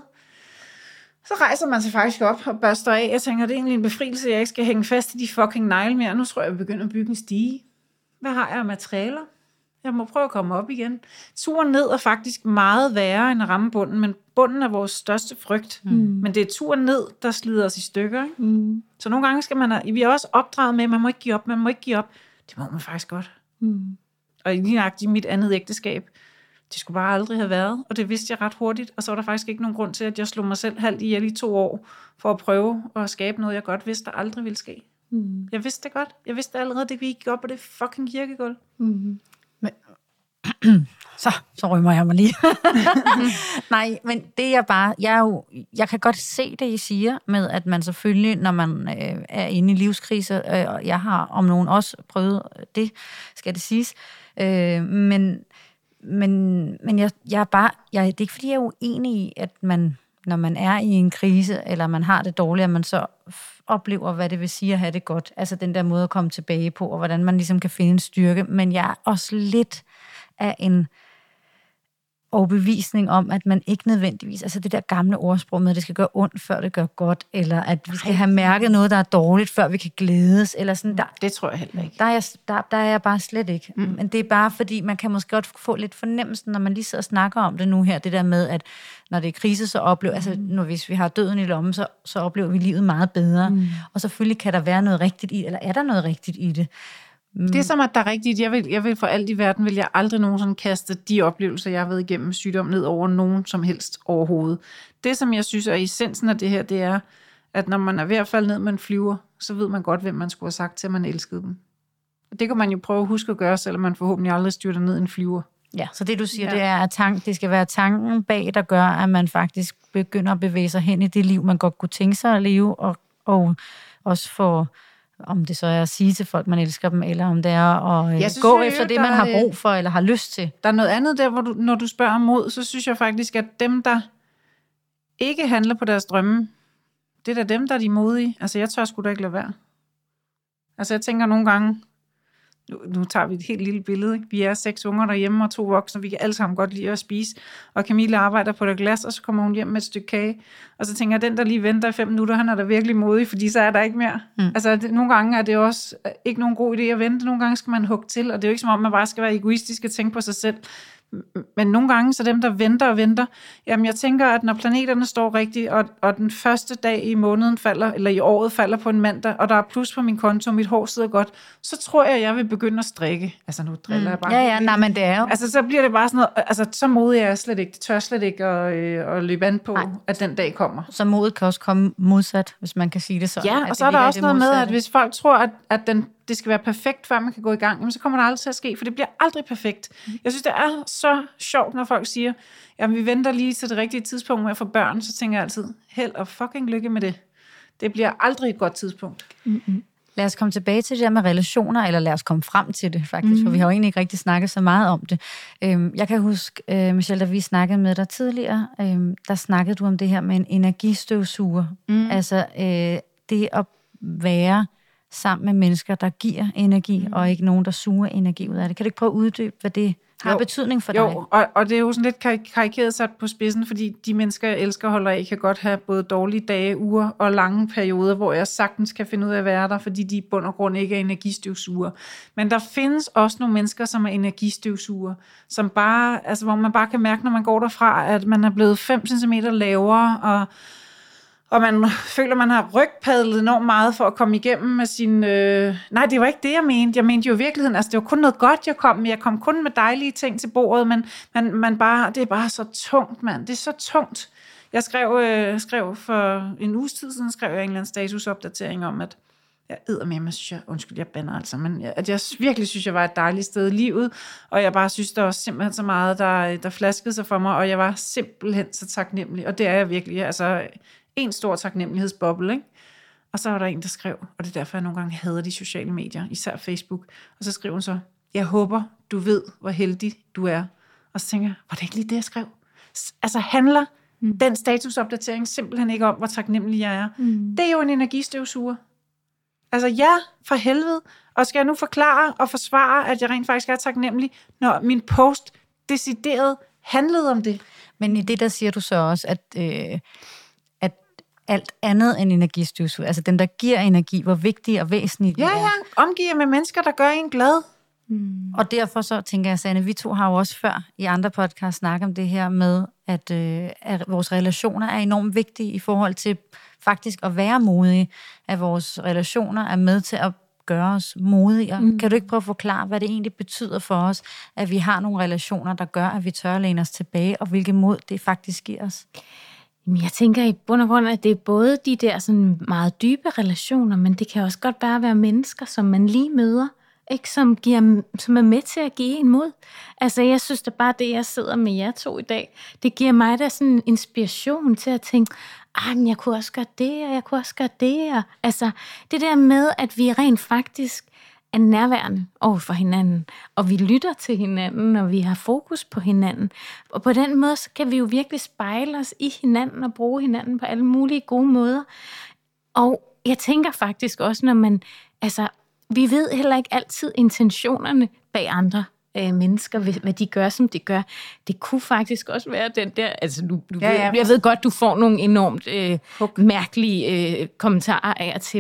Så rejser man sig faktisk op og børster af. Jeg tænker, det er egentlig en befrielse, jeg ikke skal hænge fast i de fucking negle mere. Nu tror jeg, jeg begynder at bygge en stige. Hvad har jeg af materialer? Jeg må prøve at komme op igen. Turen ned er faktisk meget værre end at ramme bunden, men bunden er vores største frygt. Men det er turen ned, der slider os i stykker. Ikke? Så nogle gange skal vi er også opdraget med, at man må ikke give op, man må ikke give op. Det må man faktisk godt. Og lige nøjagtigt mit andet ægteskab, det skulle bare aldrig have været, og det vidste jeg ret hurtigt, og så var der faktisk ikke nogen grund til, at jeg slog mig selv halvt ihjel i 2 år, for at prøve at skabe noget, jeg godt vidste, der aldrig ville ske. Jeg vidste det godt. Jeg vidste allerede, det vi gik op på det fucking kirkegulv. Så rømmer jeg mig lige. Nej, men det er bare, jeg kan godt se det, I siger, med at man selvfølgelig, når man er inde i livskriser, og jeg har om nogen også prøvet det, skal det siges, men jeg er bare, det er ikke fordi, jeg er uenig i, at man, når man er i en krise, eller man har det dårligt, at man så oplever, hvad det vil sige at have det godt. Altså den der måde at komme tilbage på, og hvordan man ligesom kan finde en styrke. Men jeg er også lidt af en overbevisning om, at man ikke nødvendigvis, altså det der gamle ordsprog med, at det skal gøre ondt, før det gør godt, eller at vi skal have mærket noget, der er dårligt, før vi kan glædes, eller sådan der. Det tror jeg heller ikke. Der er jeg bare slet ikke. Men det er bare fordi, man kan måske godt få lidt fornemmelsen, når man lige sidder og snakker om det nu her, det der med, at når det er krise, så oplever, altså hvis vi har døden i lommen, så oplever vi livet meget bedre. Og selvfølgelig kan der være noget rigtigt i, eller er der noget rigtigt i det. Det er som, at der er rigtigt. Jeg vil for alt i verden, vil jeg aldrig nogensinde kaste de oplevelser, jeg har været igennem med sygdom, ned over nogen som helst overhovedet. Det, som jeg synes er essensen af det her, det er, at når man er ved at falde ned med en flyver, så ved man godt, hvem man skulle have sagt til, at man elskede dem. Det kan man jo prøve at huske at gøre, selvom man forhåbentlig aldrig styrter ned en flyver. Ja, så det du siger, det er, at det skal være tanken bag, der gør, at man faktisk begynder at bevæge sig hen i det liv, man godt kunne tænke sig at leve, og også få, om det så er at sige til folk, man elsker dem, eller om det er at gå efter det, man har brug for, eller har lyst til. Der er noget andet der, hvor når du spørger om mod, så synes jeg faktisk, at dem, der ikke handler på deres drømme, det er da dem, der er de modige. Altså, jeg tør sgu da ikke lade være. Altså, jeg tænker nogle gange, nu tager vi et helt lille billede. Ikke? Vi er 6 unger derhjemme og 2 voksne, vi kan alle sammen godt lide at spise. Og Camilla arbejder på det glas, og så kommer hun hjem med et stykke kage. Og så tænker jeg, den der lige venter i 5 minutter, han er da virkelig modig, fordi så er der ikke mere. Altså nogle gange er det også ikke nogen god idé at vente. Nogle gange skal man hugge til, og det er jo ikke som om, man bare skal være egoistisk og tænke på sig selv. Men nogle gange, så dem, der venter og venter, jamen jeg tænker, at når planeterne står rigtigt, og den første dag i måneden falder, eller i året falder på en mandag, og der er plus på min konto, og mit hår sidder godt, så tror jeg vil begynde at strikke. Altså nu driller jeg bare. Ja, nej, men det er jo. Altså så bliver det bare sådan noget, altså så modig er jeg slet ikke, det tør slet ikke at løbe an på, at den dag kommer. Så modet kan også komme modsat, hvis man kan sige det sådan. Ja, og så er der også noget med, at hvis folk tror, at det skal være perfekt, før man kan gå i gang, jamen, så kommer det aldrig til at ske, for det bliver aldrig perfekt. Jeg synes, det er så sjovt, når folk siger, jamen vi venter lige til det rigtige tidspunkt med at få børn, så tænker jeg altid, held og fucking lykke med det. Det bliver aldrig et godt tidspunkt. Mm-hmm. Lad os komme tilbage til det der med relationer, eller lad os komme frem til det faktisk, for vi har jo egentlig ikke rigtig snakket så meget om det. Jeg kan huske, Michelle, da vi snakkede med dig tidligere, der snakkede du om det her med en energistøvsuger. Altså det at være sammen med mennesker, der giver energi, og ikke nogen, der suger energi ud af det. Kan du ikke prøve at uddybe, hvad det har betydning for dig? Jo, og det er jo sådan lidt karikeret sat på spidsen, fordi de mennesker, jeg elsker og holder af, kan godt have både dårlige dage, uger og lange perioder, hvor jeg sagtens kan finde ud af at være der, fordi de i bund og grund ikke er energistøvsuger. Men der findes også nogle mennesker, som er energistøvsuger, som bare, altså hvor man bare kan mærke, når man går derfra, at man er blevet 5 cm lavere, og man føler, man har rygpadlet enormt meget for at komme igennem med sin... Nej, det var ikke det, jeg mente. Jeg mente jo i virkeligheden, altså det var kun noget godt, jeg kom med. Jeg kom kun med dejlige ting til bordet, men man bare, det er bare så tungt, mand. Det er så tungt. Jeg skrev for en uges tid siden, skrev jeg en eller anden statusopdatering om, at jeg jeg bander altså, men at jeg virkelig synes, jeg var et dejligt sted i livet, og jeg bare synes, der var simpelthen så meget, der flaskede sig for mig, og jeg var simpelthen så taknemmelig, og det er jeg virkelig, altså... En stor taknemmelighedsboble, ikke? Og så var der en, der skrev, og det er derfor, jeg nogle gange hader de sociale medier, især Facebook, og så skriver hun så, jeg håber, du ved, hvor heldig du er. Og så tænker jeg, var det ikke lige det, jeg skrev? Altså handler den statusopdatering simpelthen ikke om, hvor taknemmelig jeg er? Det er jo en energistøvsuger. Altså ja, for helvede. Og skal jeg nu forklare og forsvare, at jeg rent faktisk er taknemmelig, når min post decideret handlede om det? Men i det, der siger du så også, at alt andet end energistøvsuger, altså dem, der giver energi, hvor vigtige og væsentlige de er. Ja, omgiver med mennesker, der gør en glad. Og derfor så tænker jeg, Sanne, vi to har jo også før i andre podcasts snakket om det her med, at vores relationer er enormt vigtige i forhold til faktisk at være modige, at vores relationer er med til at gøre os modigere. Kan du ikke prøve at forklare, hvad det egentlig betyder for os, at vi har nogle relationer, der gør, at vi tør at læne os tilbage, og hvilket mod det faktisk giver os? Jeg tænker i bund og grund, at det er både de der sådan meget dybe relationer, men det kan også godt bare være mennesker, som man lige møder, ikke? Som er med til at give en mod. Altså jeg synes da bare, det jeg sidder med jer to i dag, det giver mig da sådan en inspiration til at tænke, men jeg kunne også gøre det, og jeg kunne også gøre det. Og, altså det der med, at vi rent faktisk er nærværende over for hinanden, og vi lytter til hinanden, og vi har fokus på hinanden. Og på den måde, så kan vi jo virkelig spejle os i hinanden og bruge hinanden på alle mulige gode måder. Og jeg tænker faktisk også, når man, altså, vi ved heller ikke altid intentionerne bag andre mennesker, hvad de gør, som de gør. Det kunne faktisk også være den der, altså jeg ved godt, du får nogle enormt mærkelige kommentarer af og til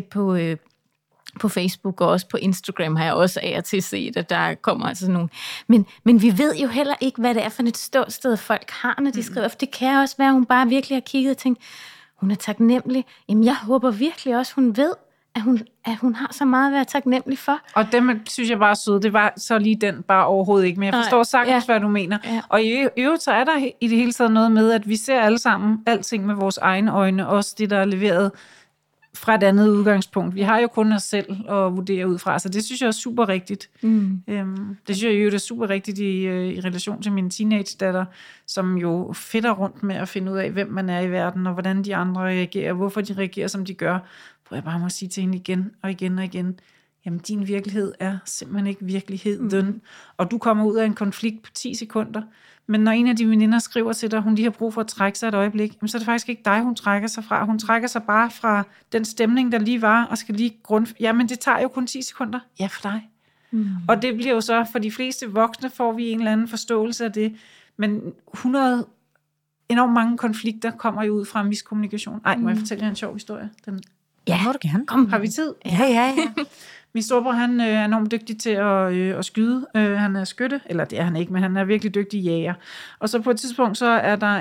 på Facebook og også på Instagram har jeg også af og til set, at der kommer altså nogle... Men vi ved jo heller ikke, hvad det er for et ståsted, folk har, når de skriver. For det kan også være, at hun bare virkelig har kigget og tænkt, hun er taknemmelig. Jamen, jeg håber virkelig også, hun ved, at hun har så meget at være taknemmelig for. Og dem synes jeg bare er søde. Det var så lige den bare overhovedet ikke. Men jeg forstår sagtens, hvad du mener. Ja. Og i øvrigt så er der i det hele taget noget med, at vi ser alle sammen alting med vores egne øjne. Også det, der er leveret fra et andet udgangspunkt. Vi har jo kun os selv at vurdere ud fra, så det synes jeg er super rigtigt. Det synes jeg jo er super rigtigt i relation til min teenage-datter, som jo fedter rundt med at finde ud af, hvem man er i verden, og hvordan de andre reagerer, hvorfor de reagerer, som de gør. Hvor jeg bare må sige til hende igen og igen og igen, jamen din virkelighed er simpelthen ikke virkeligheden. Og du kommer ud af en konflikt på 10 sekunder, men når en af de veninder skriver til dig, hun lige har brug for at trække sig et øjeblik, jamen, så er det faktisk ikke dig, hun trækker sig fra. Hun trækker sig bare fra den stemning, der lige var, og skal lige jamen det tager jo kun 10 sekunder. Ja, for dig. Og det bliver jo så, for de fleste voksne får vi en eller anden forståelse af det, men 100 enormt mange konflikter kommer jo ud fra miskommunikation. Ej, må jeg fortælle jer en sjov historie? Ja, må du gerne. Kom, har vi tid? Ja. Min storebror, han er enormt dygtig til at skyde. Han er skytte, eller det er han ikke, men han er virkelig dygtig jæger. Og så på et tidspunkt, så er der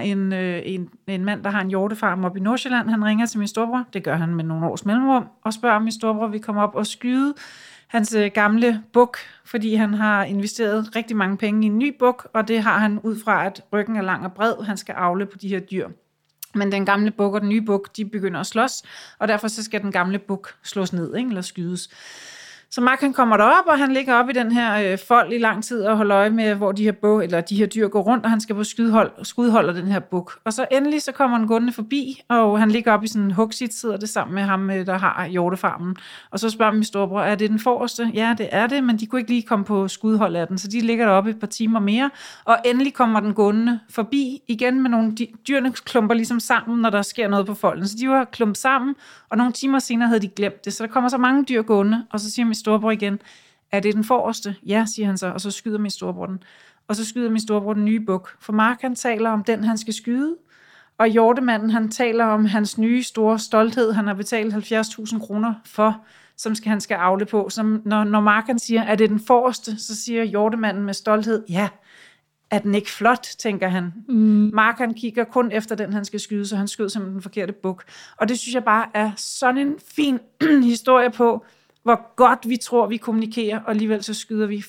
en mand, der har en hjortefarm oppe i Nordsjælland. Han ringer til min storebror, det gør han med nogle års mellemrum, og spørger, om min storebror vil komme op og skyde hans gamle buk, fordi han har investeret rigtig mange penge i en ny buk, og det har han ud fra, at ryggen er lang og bred. Han skal avle på de her dyr. Men den gamle buk og den nye buk, de begynder at slås, og derfor så skal den gamle buk slås ned, ikke? Eller skydes. Så Mark, han kommer derop, og han ligger op i den her fold i lang tid og holder øje med, hvor de her dyr går rundt, og han skal på skudhold af den her buk. Og så endelig så kommer han gående forbi, og han ligger op i sådan en hugsit, sidder det sammen med ham, der har hjortefarmen. Og så spørger min storebror, er det den forreste? Ja, det er det, men de kunne ikke lige komme på skudhold af den, så de ligger deroppe et par timer mere. Og endelig kommer den gående forbi igen med nogle dyrene klumper ligesom sammen, når der sker noget på folden. Så de var klumpet sammen, og nogle timer senere havde de glemt det. Så der kommer så mange dyr gående, og så siger min storebror igen, er det den forreste? Ja, siger han så, og så skyder min storebror den. Og så skyder min storebror den nye buk. For Mark, han taler om den, han skal skyde, og hjortemanden, han taler om hans nye store stolthed, han har betalt 70.000 kroner for, som han skal avle på. Som når Mark, han siger, er det den forreste? Så siger hjortemanden med stolthed, ja, er den ikke flot, tænker han. Mark, han kigger kun efter den, han skal skyde, så han skød som den forkerte buk. Og det synes jeg bare er sådan en fin historie på, hvor godt vi tror, vi kommunikerer, og alligevel så skyder vi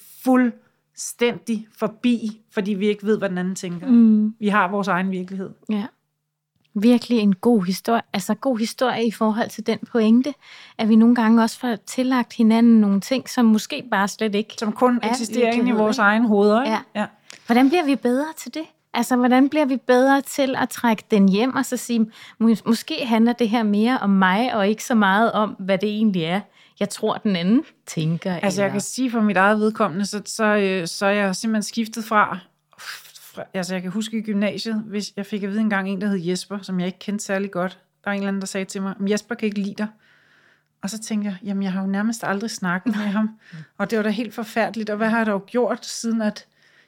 fuldstændig forbi, fordi vi ikke ved, hvad den anden tænker. Vi har vores egen virkelighed. Ja. Virkelig en god historie. Altså god historie i forhold til den pointe, at vi nogle gange også får tillagt hinanden nogle ting, som måske bare slet ikke som kun eksisterer inde i vores egen hoveder. Ja. Hvordan bliver vi bedre til det? Altså, hvordan bliver vi bedre til at trække den hjem og så sige, måske handler det her mere om mig, og ikke så meget om, hvad det egentlig er, jeg tror, den anden tænker. Altså, jeg kan sige for mit eget vedkommende, så er jeg simpelthen skiftet fra altså, jeg kan huske i gymnasiet, hvis jeg fik at vide engang en, der hed Jesper, som jeg ikke kendte særlig godt. Der var en eller anden, der sagde til mig, Jesper kan ikke lide dig. Og så tænkte jeg, jamen, jeg har jo nærmest aldrig snakket med ham. Og det var da helt forfærdeligt. Og hvad har jeg dog gjort siden at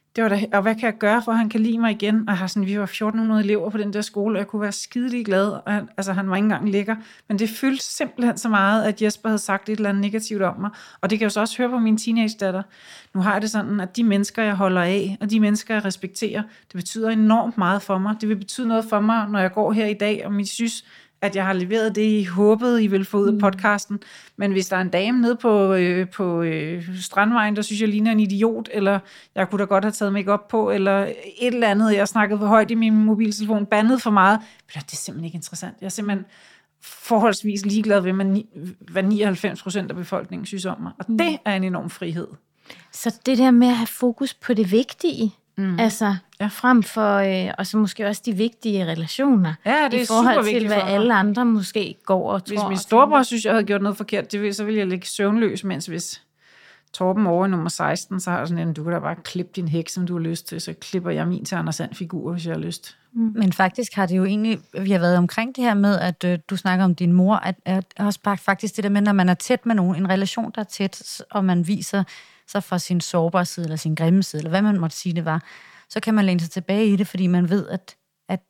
og hvad kan jeg gøre, for at han kan lide mig igen? Og vi var 1400 elever på den der skole, og jeg kunne være skidelig glad. Og han var ikke engang lækker. Men det fyldte simpelthen så meget, at Jesper havde sagt et eller andet negativt om mig. Og det kan jeg jo så også høre på min teenage-datter. Nu har jeg det sådan, at de mennesker, jeg holder af, og de mennesker, jeg respekterer, det betyder enormt meget for mig. Det vil betyde noget for mig, når jeg går her i dag, og jeg synes, at jeg har leveret det, I håbede, I ville få ud af podcasten. Men hvis der er en dame nede på Strandvejen, der synes, jeg ligner en idiot, eller jeg kunne da godt have taget make-up på, eller et eller andet, jeg snakkede for højt i min mobiltelefon, bandede for meget, det er simpelthen ikke interessant. Jeg er simpelthen forholdsvis ligeglad ved, hvad 99% af befolkningen synes om mig. Og det er en enorm frihed. Så det der med at have fokus på det vigtige, altså frem for, og så måske også de vigtige relationer, det er i forhold til, hvad alle andre måske går og tror. Hvis min storebror synes, jeg havde gjort noget forkert, så ville jeg ligge søvnløs, mens hvis Torben over i nummer 16, så har jeg sådan en, du kan da bare klippe din hæk, som du har lyst til, så klipper jeg min til Anders Sand-figur, hvis jeg har lyst. Men faktisk har det jo egentlig, vi har været omkring det her med, at du snakker om din mor, at også bare faktisk det der med, når man er tæt med nogen, en relation, der er tæt, og man viser sig fra sin sårbare side, eller sin grimme side, eller hvad man måtte sige det var, så kan man læne sig tilbage i det, fordi man ved, at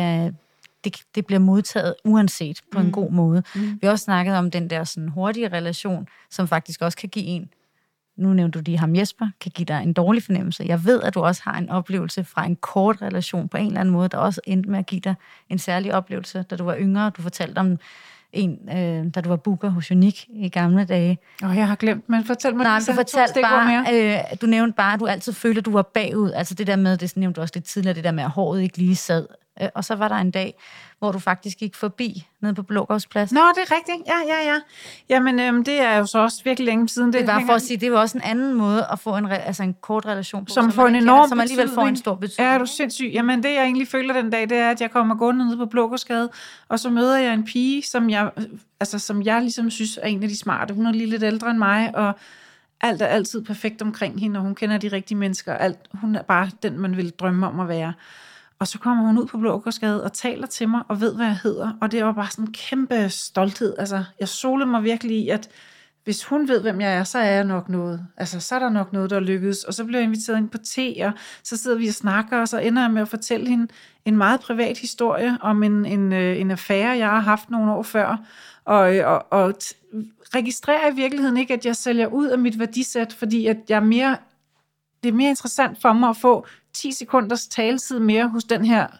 det bliver modtaget uanset på en god måde. Vi har også snakket om den der sådan hurtige relation, som faktisk også kan give en, nu nævnte du lige ham Jesper, kan give dig en dårlig fornemmelse. Jeg ved, at du også har en oplevelse fra en kort relation på en eller anden måde, der også endte med at give dig en særlig oplevelse, da du var yngre. Du fortalte om da du var booker hos Unique i gamle dage. Jeg har glemt, men fortæl mig. Nej, du fortalte bare, du nævnte bare, at du altid følte, at du var bagud. Altså det der med, det nævnte du også lidt tidligere, det der med, at håret ikke lige sad. Og så var der en dag, hvor du faktisk gik forbi nede på Blågårdsplads. Nå, det er rigtigt. Ja. Jamen, det er jo så også virkelig længe siden. Det var for at sige, det var også en anden måde at få en kort relation på, som får en enorm som alligevel får en stor betydning. Ja, er du sindssyg. Jamen, det jeg egentlig føler den dag, det er, at jeg kommer gående nede på Blågårdsgade, og så møder jeg en pige, som jeg ligesom synes er en af de smarte. Hun er lige lidt ældre end mig, og alt er altid perfekt omkring hende, og hun kender de rigtige mennesker. Hun er bare den, man vil drømme om at være. Og så kommer hun ud på Blågårdsgade og taler til mig og ved, hvad jeg hedder. Og det var bare sådan en kæmpe stolthed. Altså, jeg solede mig virkelig i, at hvis hun ved, hvem jeg er, så er jeg nok noget. Altså, så er der nok noget, der lykkes. Og så bliver jeg inviteret ind på te, og så sidder vi og snakker, og så ender jeg med at fortælle hende en meget privat historie om en affære, jeg har haft nogle år før. Og registrerer i virkeligheden ikke, at jeg sælger ud af mit værdisæt, fordi at det er mere interessant for mig at få 10 sekunders taletid mere hos den her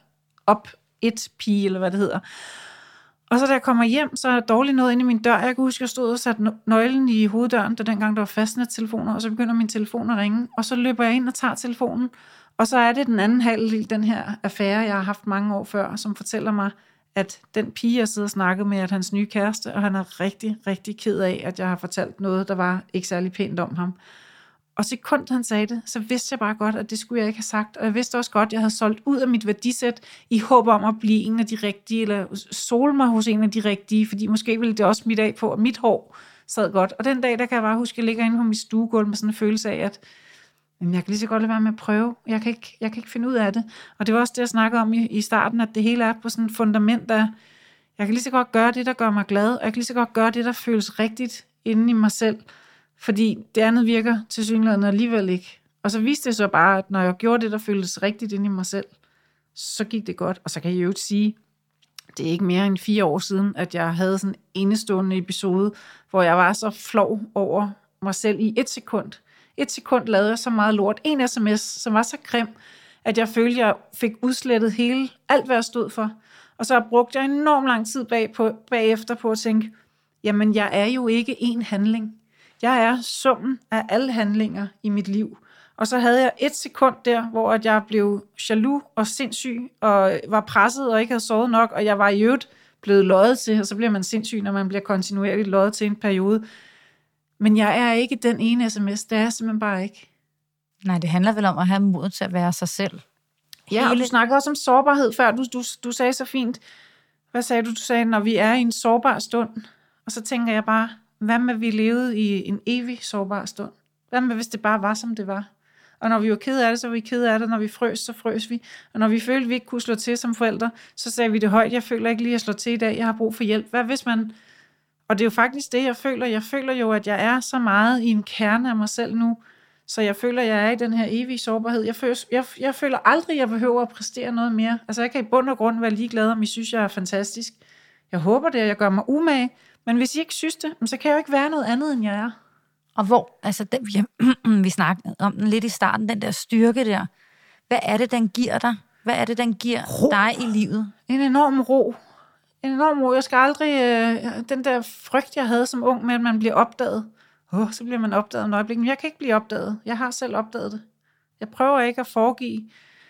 op-et-pige, eller hvad det hedder. Og så da jeg kommer hjem, så er der dårligt noget inde i min dør. Jeg kan huske, at jeg stod og satte nøglen i hoveddøren, da dengang der var fastnettelefoner, og så begynder min telefon at ringe, og så løber jeg ind og tager telefonen, og så er det den anden halvdel, den her affære, jeg har haft mange år før, som fortæller mig, at den pige, jeg sidder og snakkede med, at hans nye kæreste, og han er rigtig, rigtig ked af, at jeg har fortalt noget, der var ikke særlig pænt om ham. Og sekund han sagde det, så vidste jeg bare godt, at det skulle jeg ikke have sagt. Og jeg vidste også godt, at jeg havde solgt ud af mit værdisæt i håb om at blive en af de rigtige, eller sole mig hos en af de rigtige, fordi måske ville det også smitte af på, at mit hår sad godt. Og den dag, der kan jeg bare huske, at jeg ligger inde på mit stuegulv med sådan en følelse af, at jeg kan lige så godt lade være med at prøve. Jeg kan ikke finde ud af det. Og det var også det, jeg snakkede om i starten, at det hele er på sådan et fundament, der jeg kan lige så godt gøre det, der gør mig glad, og jeg kan lige så godt gøre det, der føles rigtigt inde i mig selv. Fordi det andet virker tilsyneladende alligevel ikke. Og så viste det så bare, at når jeg gjorde det, der føltes rigtigt inde i mig selv, så gik det godt. Og så kan jeg jo sige, det er ikke mere end 4 år siden, at jeg havde sådan en enestående episode, hvor jeg var så flov over mig selv i 1 sekund. 1 sekund lavede jeg så meget lort. En sms, som var så grim, at jeg følte, jeg fik udslettet alt, hvad jeg stod for. Og så brugte jeg enormt lang tid bagefter på at tænke, jamen jeg er jo ikke én handling. Jeg er summen af alle handlinger i mit liv. Og så havde jeg 1 sekund der, hvor at jeg blev jaloux og sindssyg, og var presset og ikke havde sovet nok, og jeg var i øvrigt blevet løjet til, og så bliver man sindssyg, når man bliver kontinuerligt løjet til en periode. Men jeg er ikke den ene sms, det er jeg simpelthen bare ikke. Nej, det handler vel om at have mod til at være sig selv. Ja, og du snakkede også om sårbarhed før. Du sagde så fint, hvad sagde du? Du sagde, når vi er i en sårbar stund, og så tænker jeg bare, hvad med vi levede i en evig sårbar stund? Hvad med hvis det bare var, som det var? Og når vi var kede af det, så var vi kede af det. Når vi frøs, så frøs vi. Og når vi følte, at vi ikke kunne slå til som forældre, så sagde vi det højt. Jeg føler ikke lige at slå til i dag. Jeg har brug for hjælp. Hvad hvis man... Og det er jo faktisk det, jeg føler. Jeg føler jo, at jeg er så meget i en kerne af mig selv nu, så jeg føler, at jeg er i den her evige sårbarhed. Jeg føler aldrig, at jeg behøver at præstere noget mere. Altså, jeg kan i bund og grund være ligeglad, om I synes, jeg er fantastisk. Jeg håber det, og jeg gør mig umage. Men hvis I ikke synes det, så kan jeg jo ikke være noget andet, end jeg er. Og hvor, altså, vi snakkede om den lidt i starten, den der styrke der. Hvad er det, den giver dig? Hvad er det, den giver dig i livet? En enorm ro. En enorm ro. Jeg skal aldrig... den der frygt, jeg havde som ung med, at man bliver opdaget. Så bliver man opdaget en øjeblik. Men jeg kan ikke blive opdaget. Jeg har selv opdaget det. Jeg prøver ikke at foregive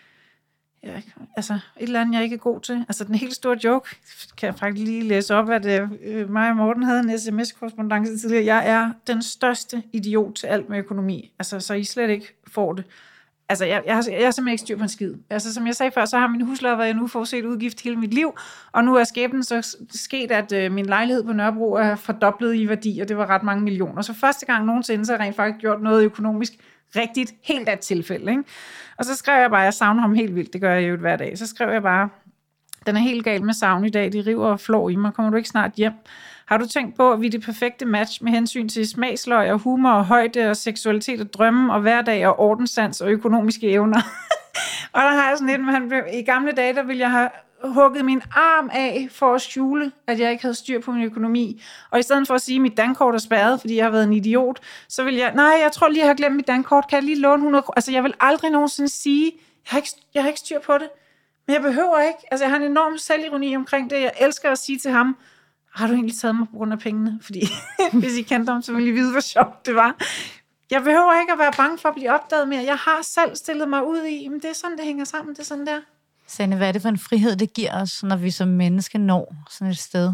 et eller andet, jeg ikke er god til. Altså, den helt store joke, kan jeg faktisk lige læse op, at mig og Morten havde en sms-korrespondance tidligere. Jeg er den største idiot til alt med økonomi. Altså, så I slet ikke får det. Altså, jeg har simpelthen ikke styr på en skid. Altså, som jeg sagde før, så har min husleje været en uforudset udgift hele mit liv, og nu er skæbnen så sket, at min lejlighed på Nørrebro er fordoblet i værdi, og det var ret mange millioner. Så første gang nogensinde, så har jeg rent faktisk gjort noget økonomisk rigtigt, helt af et tilfælde, ikke? Og så skrev jeg bare, jeg savner ham helt vildt, det gør jeg jo hver dag. Så skrev jeg bare, den er helt gal med savn i dag, de river og flår i mig, kommer du ikke snart hjem? Har du tænkt på, at vi er det perfekte match med hensyn til smagsløg og humor og højde og seksualitet og drømme og hverdag og ordenssans og økonomiske evner? Og der har jeg sådan lidt, i gamle dage, der ville jeg have hugget min arm af for at skjule, at jeg ikke havde styr på min økonomi. Og i stedet for at sige, at mit dankort er spærret, fordi jeg har været en idiot, så vil jeg tror lige, jeg har glemt mit dankort. Kan jeg lige låne 100 kroner? Altså, jeg vil aldrig nogensinde sige, jeg har ikke styr på det. Men jeg behøver ikke. Altså, jeg har en enorm selvironi omkring det. Jeg elsker at sige til ham, har du egentlig taget mig på grund af pengene? Fordi hvis I kendte ham, så ville I vide, hvor sjovt det var. Jeg behøver ikke at være bange for at blive opdaget mere. Jeg har selv stillet mig ud i, men det er sådan, det hænger sammen. Det er sådan der. Sanne, hvad er det for en frihed, det giver os, når vi som menneske når sådan et sted,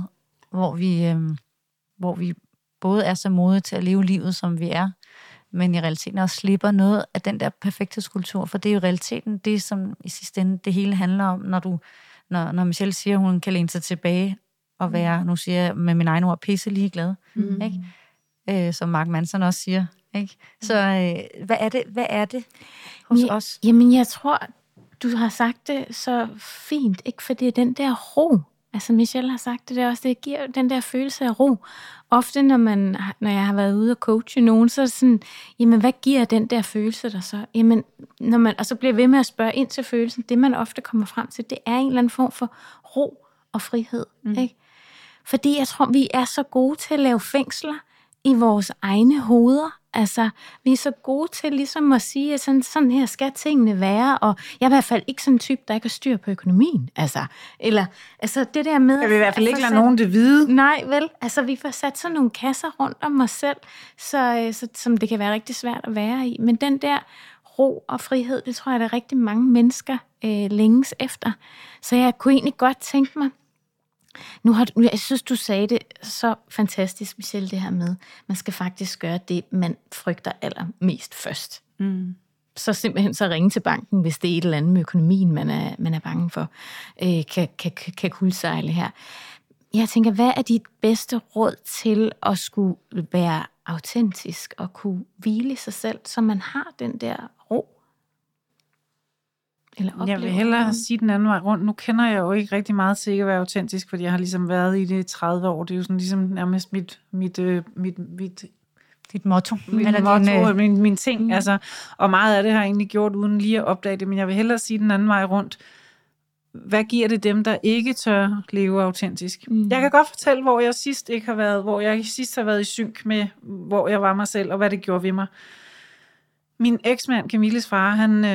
hvor vi både er så modige til at leve livet, som vi er, men i realiteten også slipper noget af den der perfekthedskultur, for det er jo i realiteten det, som i sidste ende det hele handler om, når Michelle siger, hun kan læne sig tilbage og være, nu siger jeg med min egen ord, pisse ligeglad, ikke? Som Mark Manson også siger, ikke? Så hvad er det hos os? Jamen, jeg tror, du har sagt det så fint, ikke? For det er den der ro. Altså Michelle har sagt det også, det giver den der følelse af ro. Ofte når jeg har været ude og coache nogen, så er det sådan, jamen hvad giver den der følelse der så? Jamen, og så bliver jeg ved med at spørge ind til følelsen, det man ofte kommer frem til, det er en eller anden form for ro og frihed. Ikke? Fordi jeg tror, vi er så gode til at lave fængsler i vores egne hoveder. Altså, vi er så gode til ligesom at sige, at sådan her skal tingene være, og jeg er i hvert fald ikke sådan en type, der ikke har styr på økonomien. Altså det der med... Jeg vil i hvert fald ikke lade nogen det vide. Nej, vel? Altså, vi får sat sådan nogle kasser rundt om os selv, så som det kan være rigtig svært at være i. Men den der ro og frihed, det tror jeg, der er rigtig mange mennesker længes efter. Så jeg kunne egentlig godt tænke mig, jeg synes, du sagde det så fantastisk, Michelle, det her med, man skal faktisk gøre det, man frygter allermest først. Så simpelthen så ringe til banken, hvis det er et eller andet med økonomien, man er bange for, kan kuldsejle her. Jeg tænker, hvad er dit bedste råd til at skulle være autentisk og kunne hvile i sig selv, så man har den der ro? Jeg vil hellere sige den anden vej rundt. Nu kender jeg jo ikke rigtig meget til at være autentisk, fordi jeg har ligesom været i det i 30 år. Det er jo sådan ligesom nærmest dit motto. Min ting. Altså, og meget af det har jeg egentlig gjort uden lige at opdage det, men jeg vil hellere sige den anden vej rundt. Hvad giver det dem, der ikke tør leve autentisk? Jeg kan godt fortælle, hvor jeg sidst har været i synk med, hvor jeg var mig selv, og hvad det gjorde ved mig. Min eksmand, Camilles far,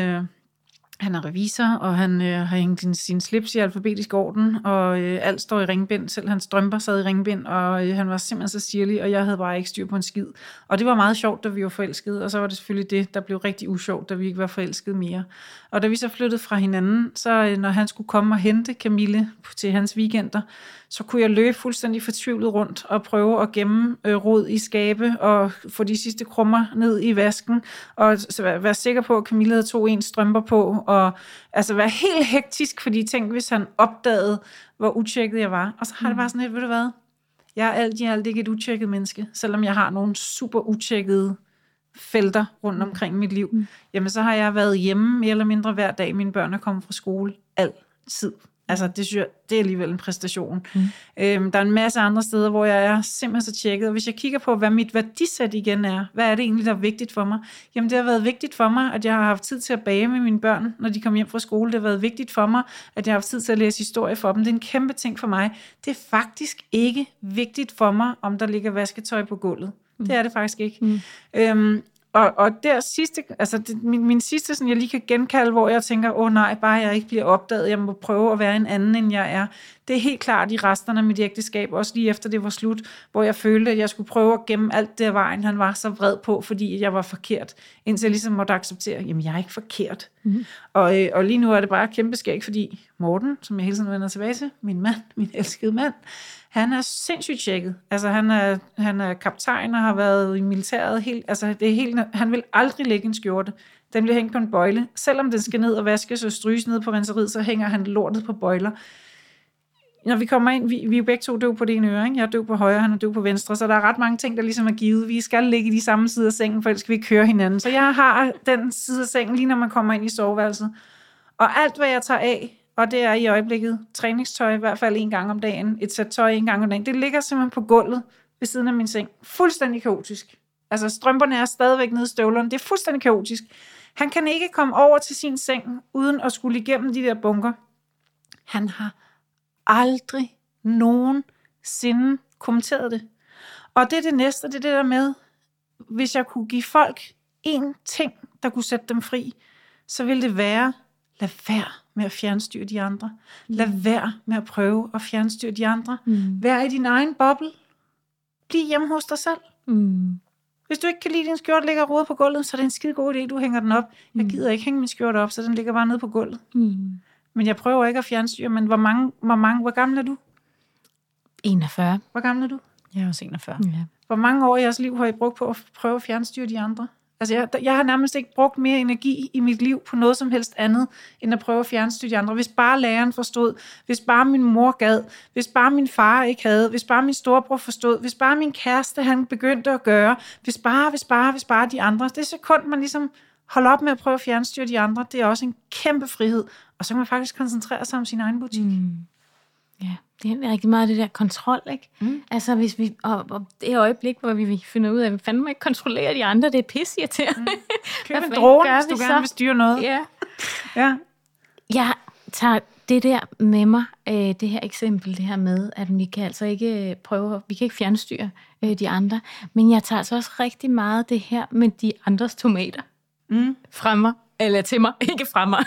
han er revisor, og han har hængt sin slips i alfabetisk orden, og alt står i ringbind. Selv hans strømper sad i ringbind, og han var simpelthen så sirlig, og jeg havde bare ikke styr på en skid. Og det var meget sjovt, da vi var forelskede, og så var det selvfølgelig det, der blev rigtig usjovt, da vi ikke var forelskede mere. Og da vi så flyttede fra hinanden, så når han skulle komme og hente Camille til hans weekender, så kunne jeg løbe fuldstændig fortvivlet rundt og prøve at gemme rod i skabe og få de sidste krummer ned i vasken og være sikker på, at Camille havde 2 strømper på og altså være helt hektisk, fordi tænk, hvis han opdagede, hvor utjekket jeg var. Og så har det bare sådan lidt, ved du hvad? Jeg er alt i alt ikke et utjekket menneske, selvom jeg har nogle super utjekkede felter rundt omkring mit liv. Jamen så har jeg været hjemme mere eller mindre hver dag, mine børn er kommet fra skole altid. Altså, det synes jeg, det er alligevel en præstation. Der er en masse andre steder, hvor jeg er simpelthen så tjekket. Og hvis jeg kigger på, hvad mit værdisæt igen er, hvad er det egentlig, der er vigtigt for mig? Jamen, det har været vigtigt for mig, at jeg har haft tid til at bage med mine børn, når de kom hjem fra skole. Det har været vigtigt for mig, at jeg har haft tid til at læse historie for dem. Det er en kæmpe ting for mig. Det er faktisk ikke vigtigt for mig, om der ligger vasketøj på gulvet. Det er det faktisk ikke. Og der sidste, altså min sidste, sådan jeg lige kan genkalde, hvor jeg tænker, nej, bare jeg ikke bliver opdaget, jeg må prøve at være en anden, end jeg er. Det er helt klart i resterne af mit ægteskab, også lige efter det var slut, hvor jeg følte, at jeg skulle prøve at gemme alt det vejen, han var så vred på, fordi jeg var forkert, indtil jeg ligesom måtte acceptere, jamen jeg er ikke forkert. Og lige nu er det bare kæmpe skæg, fordi Morten, som jeg hele tiden vender tilbage til, min elskede mand, han er sindssygt tjekket. Altså han er kaptajn og har været i militæret helt, altså det er helt, han vil aldrig lægge en skjorte. Den bliver hængt på en bøjle. Selvom den skal ned og vaskes og stryges ned på renseriet, så hænger han lortet på bøjler. Når vi kommer ind, vi er jo begge to døv på det ene øre, ikke? Jeg er døv på højre, han er døv på venstre, så der er ret mange ting, der ligesom er givet. Vi skal ligge i de samme sider af sengen, for ellers skal vi køre hinanden. Så jeg har den side af sengen, lige når man kommer ind i soveværelset. Og alt, hvad jeg tager af, og det er i øjeblikket træningstøj, i hvert fald 1 gang om dagen, et sæt tøj 1 gang om dagen, det ligger simpelthen på gulvet ved siden af min seng. Fuldstændig kaotisk. Altså strømperne er stadigvæk nede i støvlerne, det er fuldstændig kaotisk. Han kan ikke komme over til sin seng, uden at skulle igennem de der bunker. Han har aldrig nogensinde kommenteret det. Og det er det næste, det er det der med, hvis jeg kunne give folk én ting, der kunne sætte dem fri, så ville det være, lad være med at fjernstyre de andre. Lad være med at prøve at fjernstyre de andre. Vær i din egen boble. Bliv hjemme hos dig selv. Hvis du ikke kan lide din skjorte ligger rodet på gulvet, så er det en skide god idé, du hænger den op. Jeg gider ikke hænge min skjorte op, så den ligger bare nede på gulvet. Men jeg prøver ikke at fjernstyre, men hvor gammel er du? 41. Hvor gammel er du? Jeg er også 41. Ja. Hvor mange år i jeres liv har I brugt på at prøve at fjernstyre de andre? Altså jeg har nærmest ikke brugt mere energi i mit liv på noget som helst andet, end at prøve at fjernstyre de andre. Hvis bare læreren forstod, hvis bare min mor gad, hvis bare min far ikke havde, hvis bare min storebror forstod, hvis bare min kæreste han begyndte at gøre, hvis bare de andre. Det sekund, man ligesom holder op med at prøve at fjernstyre de andre, det er også en kæmpe frihed. Og så kan man faktisk koncentrere sig om sin egen butik. Ja, det er rigtig meget det der kontrol, ikke? Altså, hvis vi, og det øjeblik, hvor vi finder ud af, at vi fandme ikke kontrollerer de andre, det er pisseirriterende. Køb en drone, hvis du gerne vil styre noget. Ja. Ja. Jeg tager det der med mig, det her eksempel, det her med, at vi kan altså ikke vi kan ikke fjernstyre de andre, men jeg tager altså også rigtig meget det her med de andres tomater fra mig, eller til mig, ikke fra mig.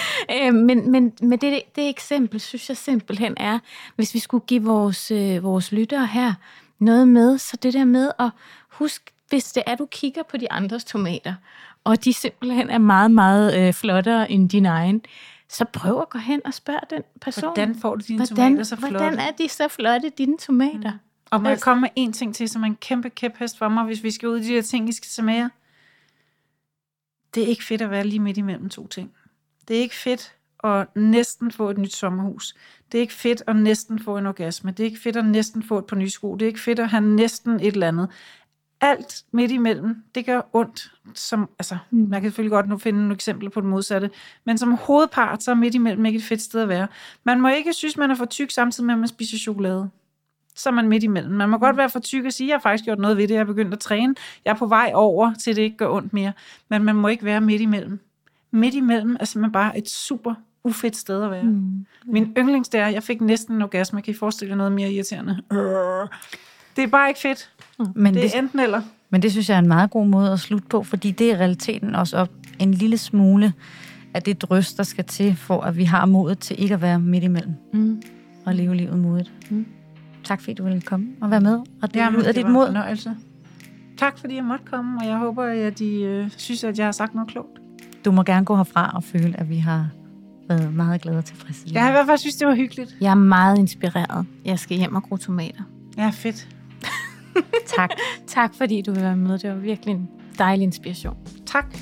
men det eksempel, synes jeg simpelthen er, hvis vi skulle give vores lyttere her noget med, så det der med at huske, hvis det er, du kigger på de andres tomater, og de simpelthen er meget, meget flottere end din egen, så prøv at gå hen og spørge den person. Hvordan får du dine tomater så flotte? Hvordan er de så flotte, dine tomater? Og må jeg komme med en ting til, som er en kæmpe kæphest for mig, hvis vi skal ud i de her ting, I skal tage med jer? Det er ikke fedt at være lige midt imellem to ting. Det er ikke fedt at næsten få et nyt sommerhus. Det er ikke fedt at næsten få en orgasme. Det er ikke fedt at næsten få et par nye sko. Det er ikke fedt at have næsten et eller andet. Alt midt imellem, det gør ondt. Man kan selvfølgelig godt nu finde nogle eksempler på det modsatte, men som hovedpart, så er midt imellem ikke et fedt sted at være. Man må ikke synes, man er for tyk, samtidig med, at man spiser chokolade. Så er man midt imellem. Man må godt være for tyk og sige, jeg har faktisk gjort noget ved det, jeg er begyndt at træne. Jeg er på vej over, til det ikke gør ondt mere. Men man må ikke være midt imellem. Midt imellem er simpelthen bare et super ufedt sted at være. Min yndlings, det er, jeg fik næsten en orgasme. Kan I forestille jer noget mere irriterende? Det er bare ikke fedt. Men det er enten eller. Men det synes jeg er en meget god måde at slutte på, fordi det er i realiteten også op en lille smule af det drøs, der skal til, for at vi har modet til ikke at være midt imellem. Og leve livet modigt. Tak fordi du ville komme og være med, og det ud af dit mod. Fornøjelse. Tak fordi jeg måtte komme, og jeg håber, at de synes, at jeg har sagt noget klogt. Du må gerne gå herfra og føle, at vi har været meget glade og tilfredse. Jeg har i hvert fald synes, det var hyggeligt. Jeg er meget inspireret. Jeg skal hjem og gro tomater. Ja, fedt. Tak. Tak fordi du vil være med. Det var virkelig en dejlig inspiration. Tak.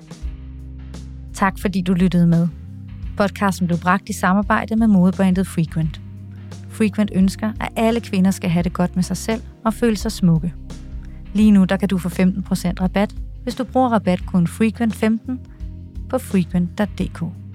Tak fordi du lyttede med. Podcasten blev bragt i samarbejde med modebrandet Frequent. Frequent ønsker, at alle kvinder skal have det godt med sig selv og føle sig smukke. Lige nu der kan du få 15% rabat, hvis du bruger rabatkoden Frequent15 på frequent.dk.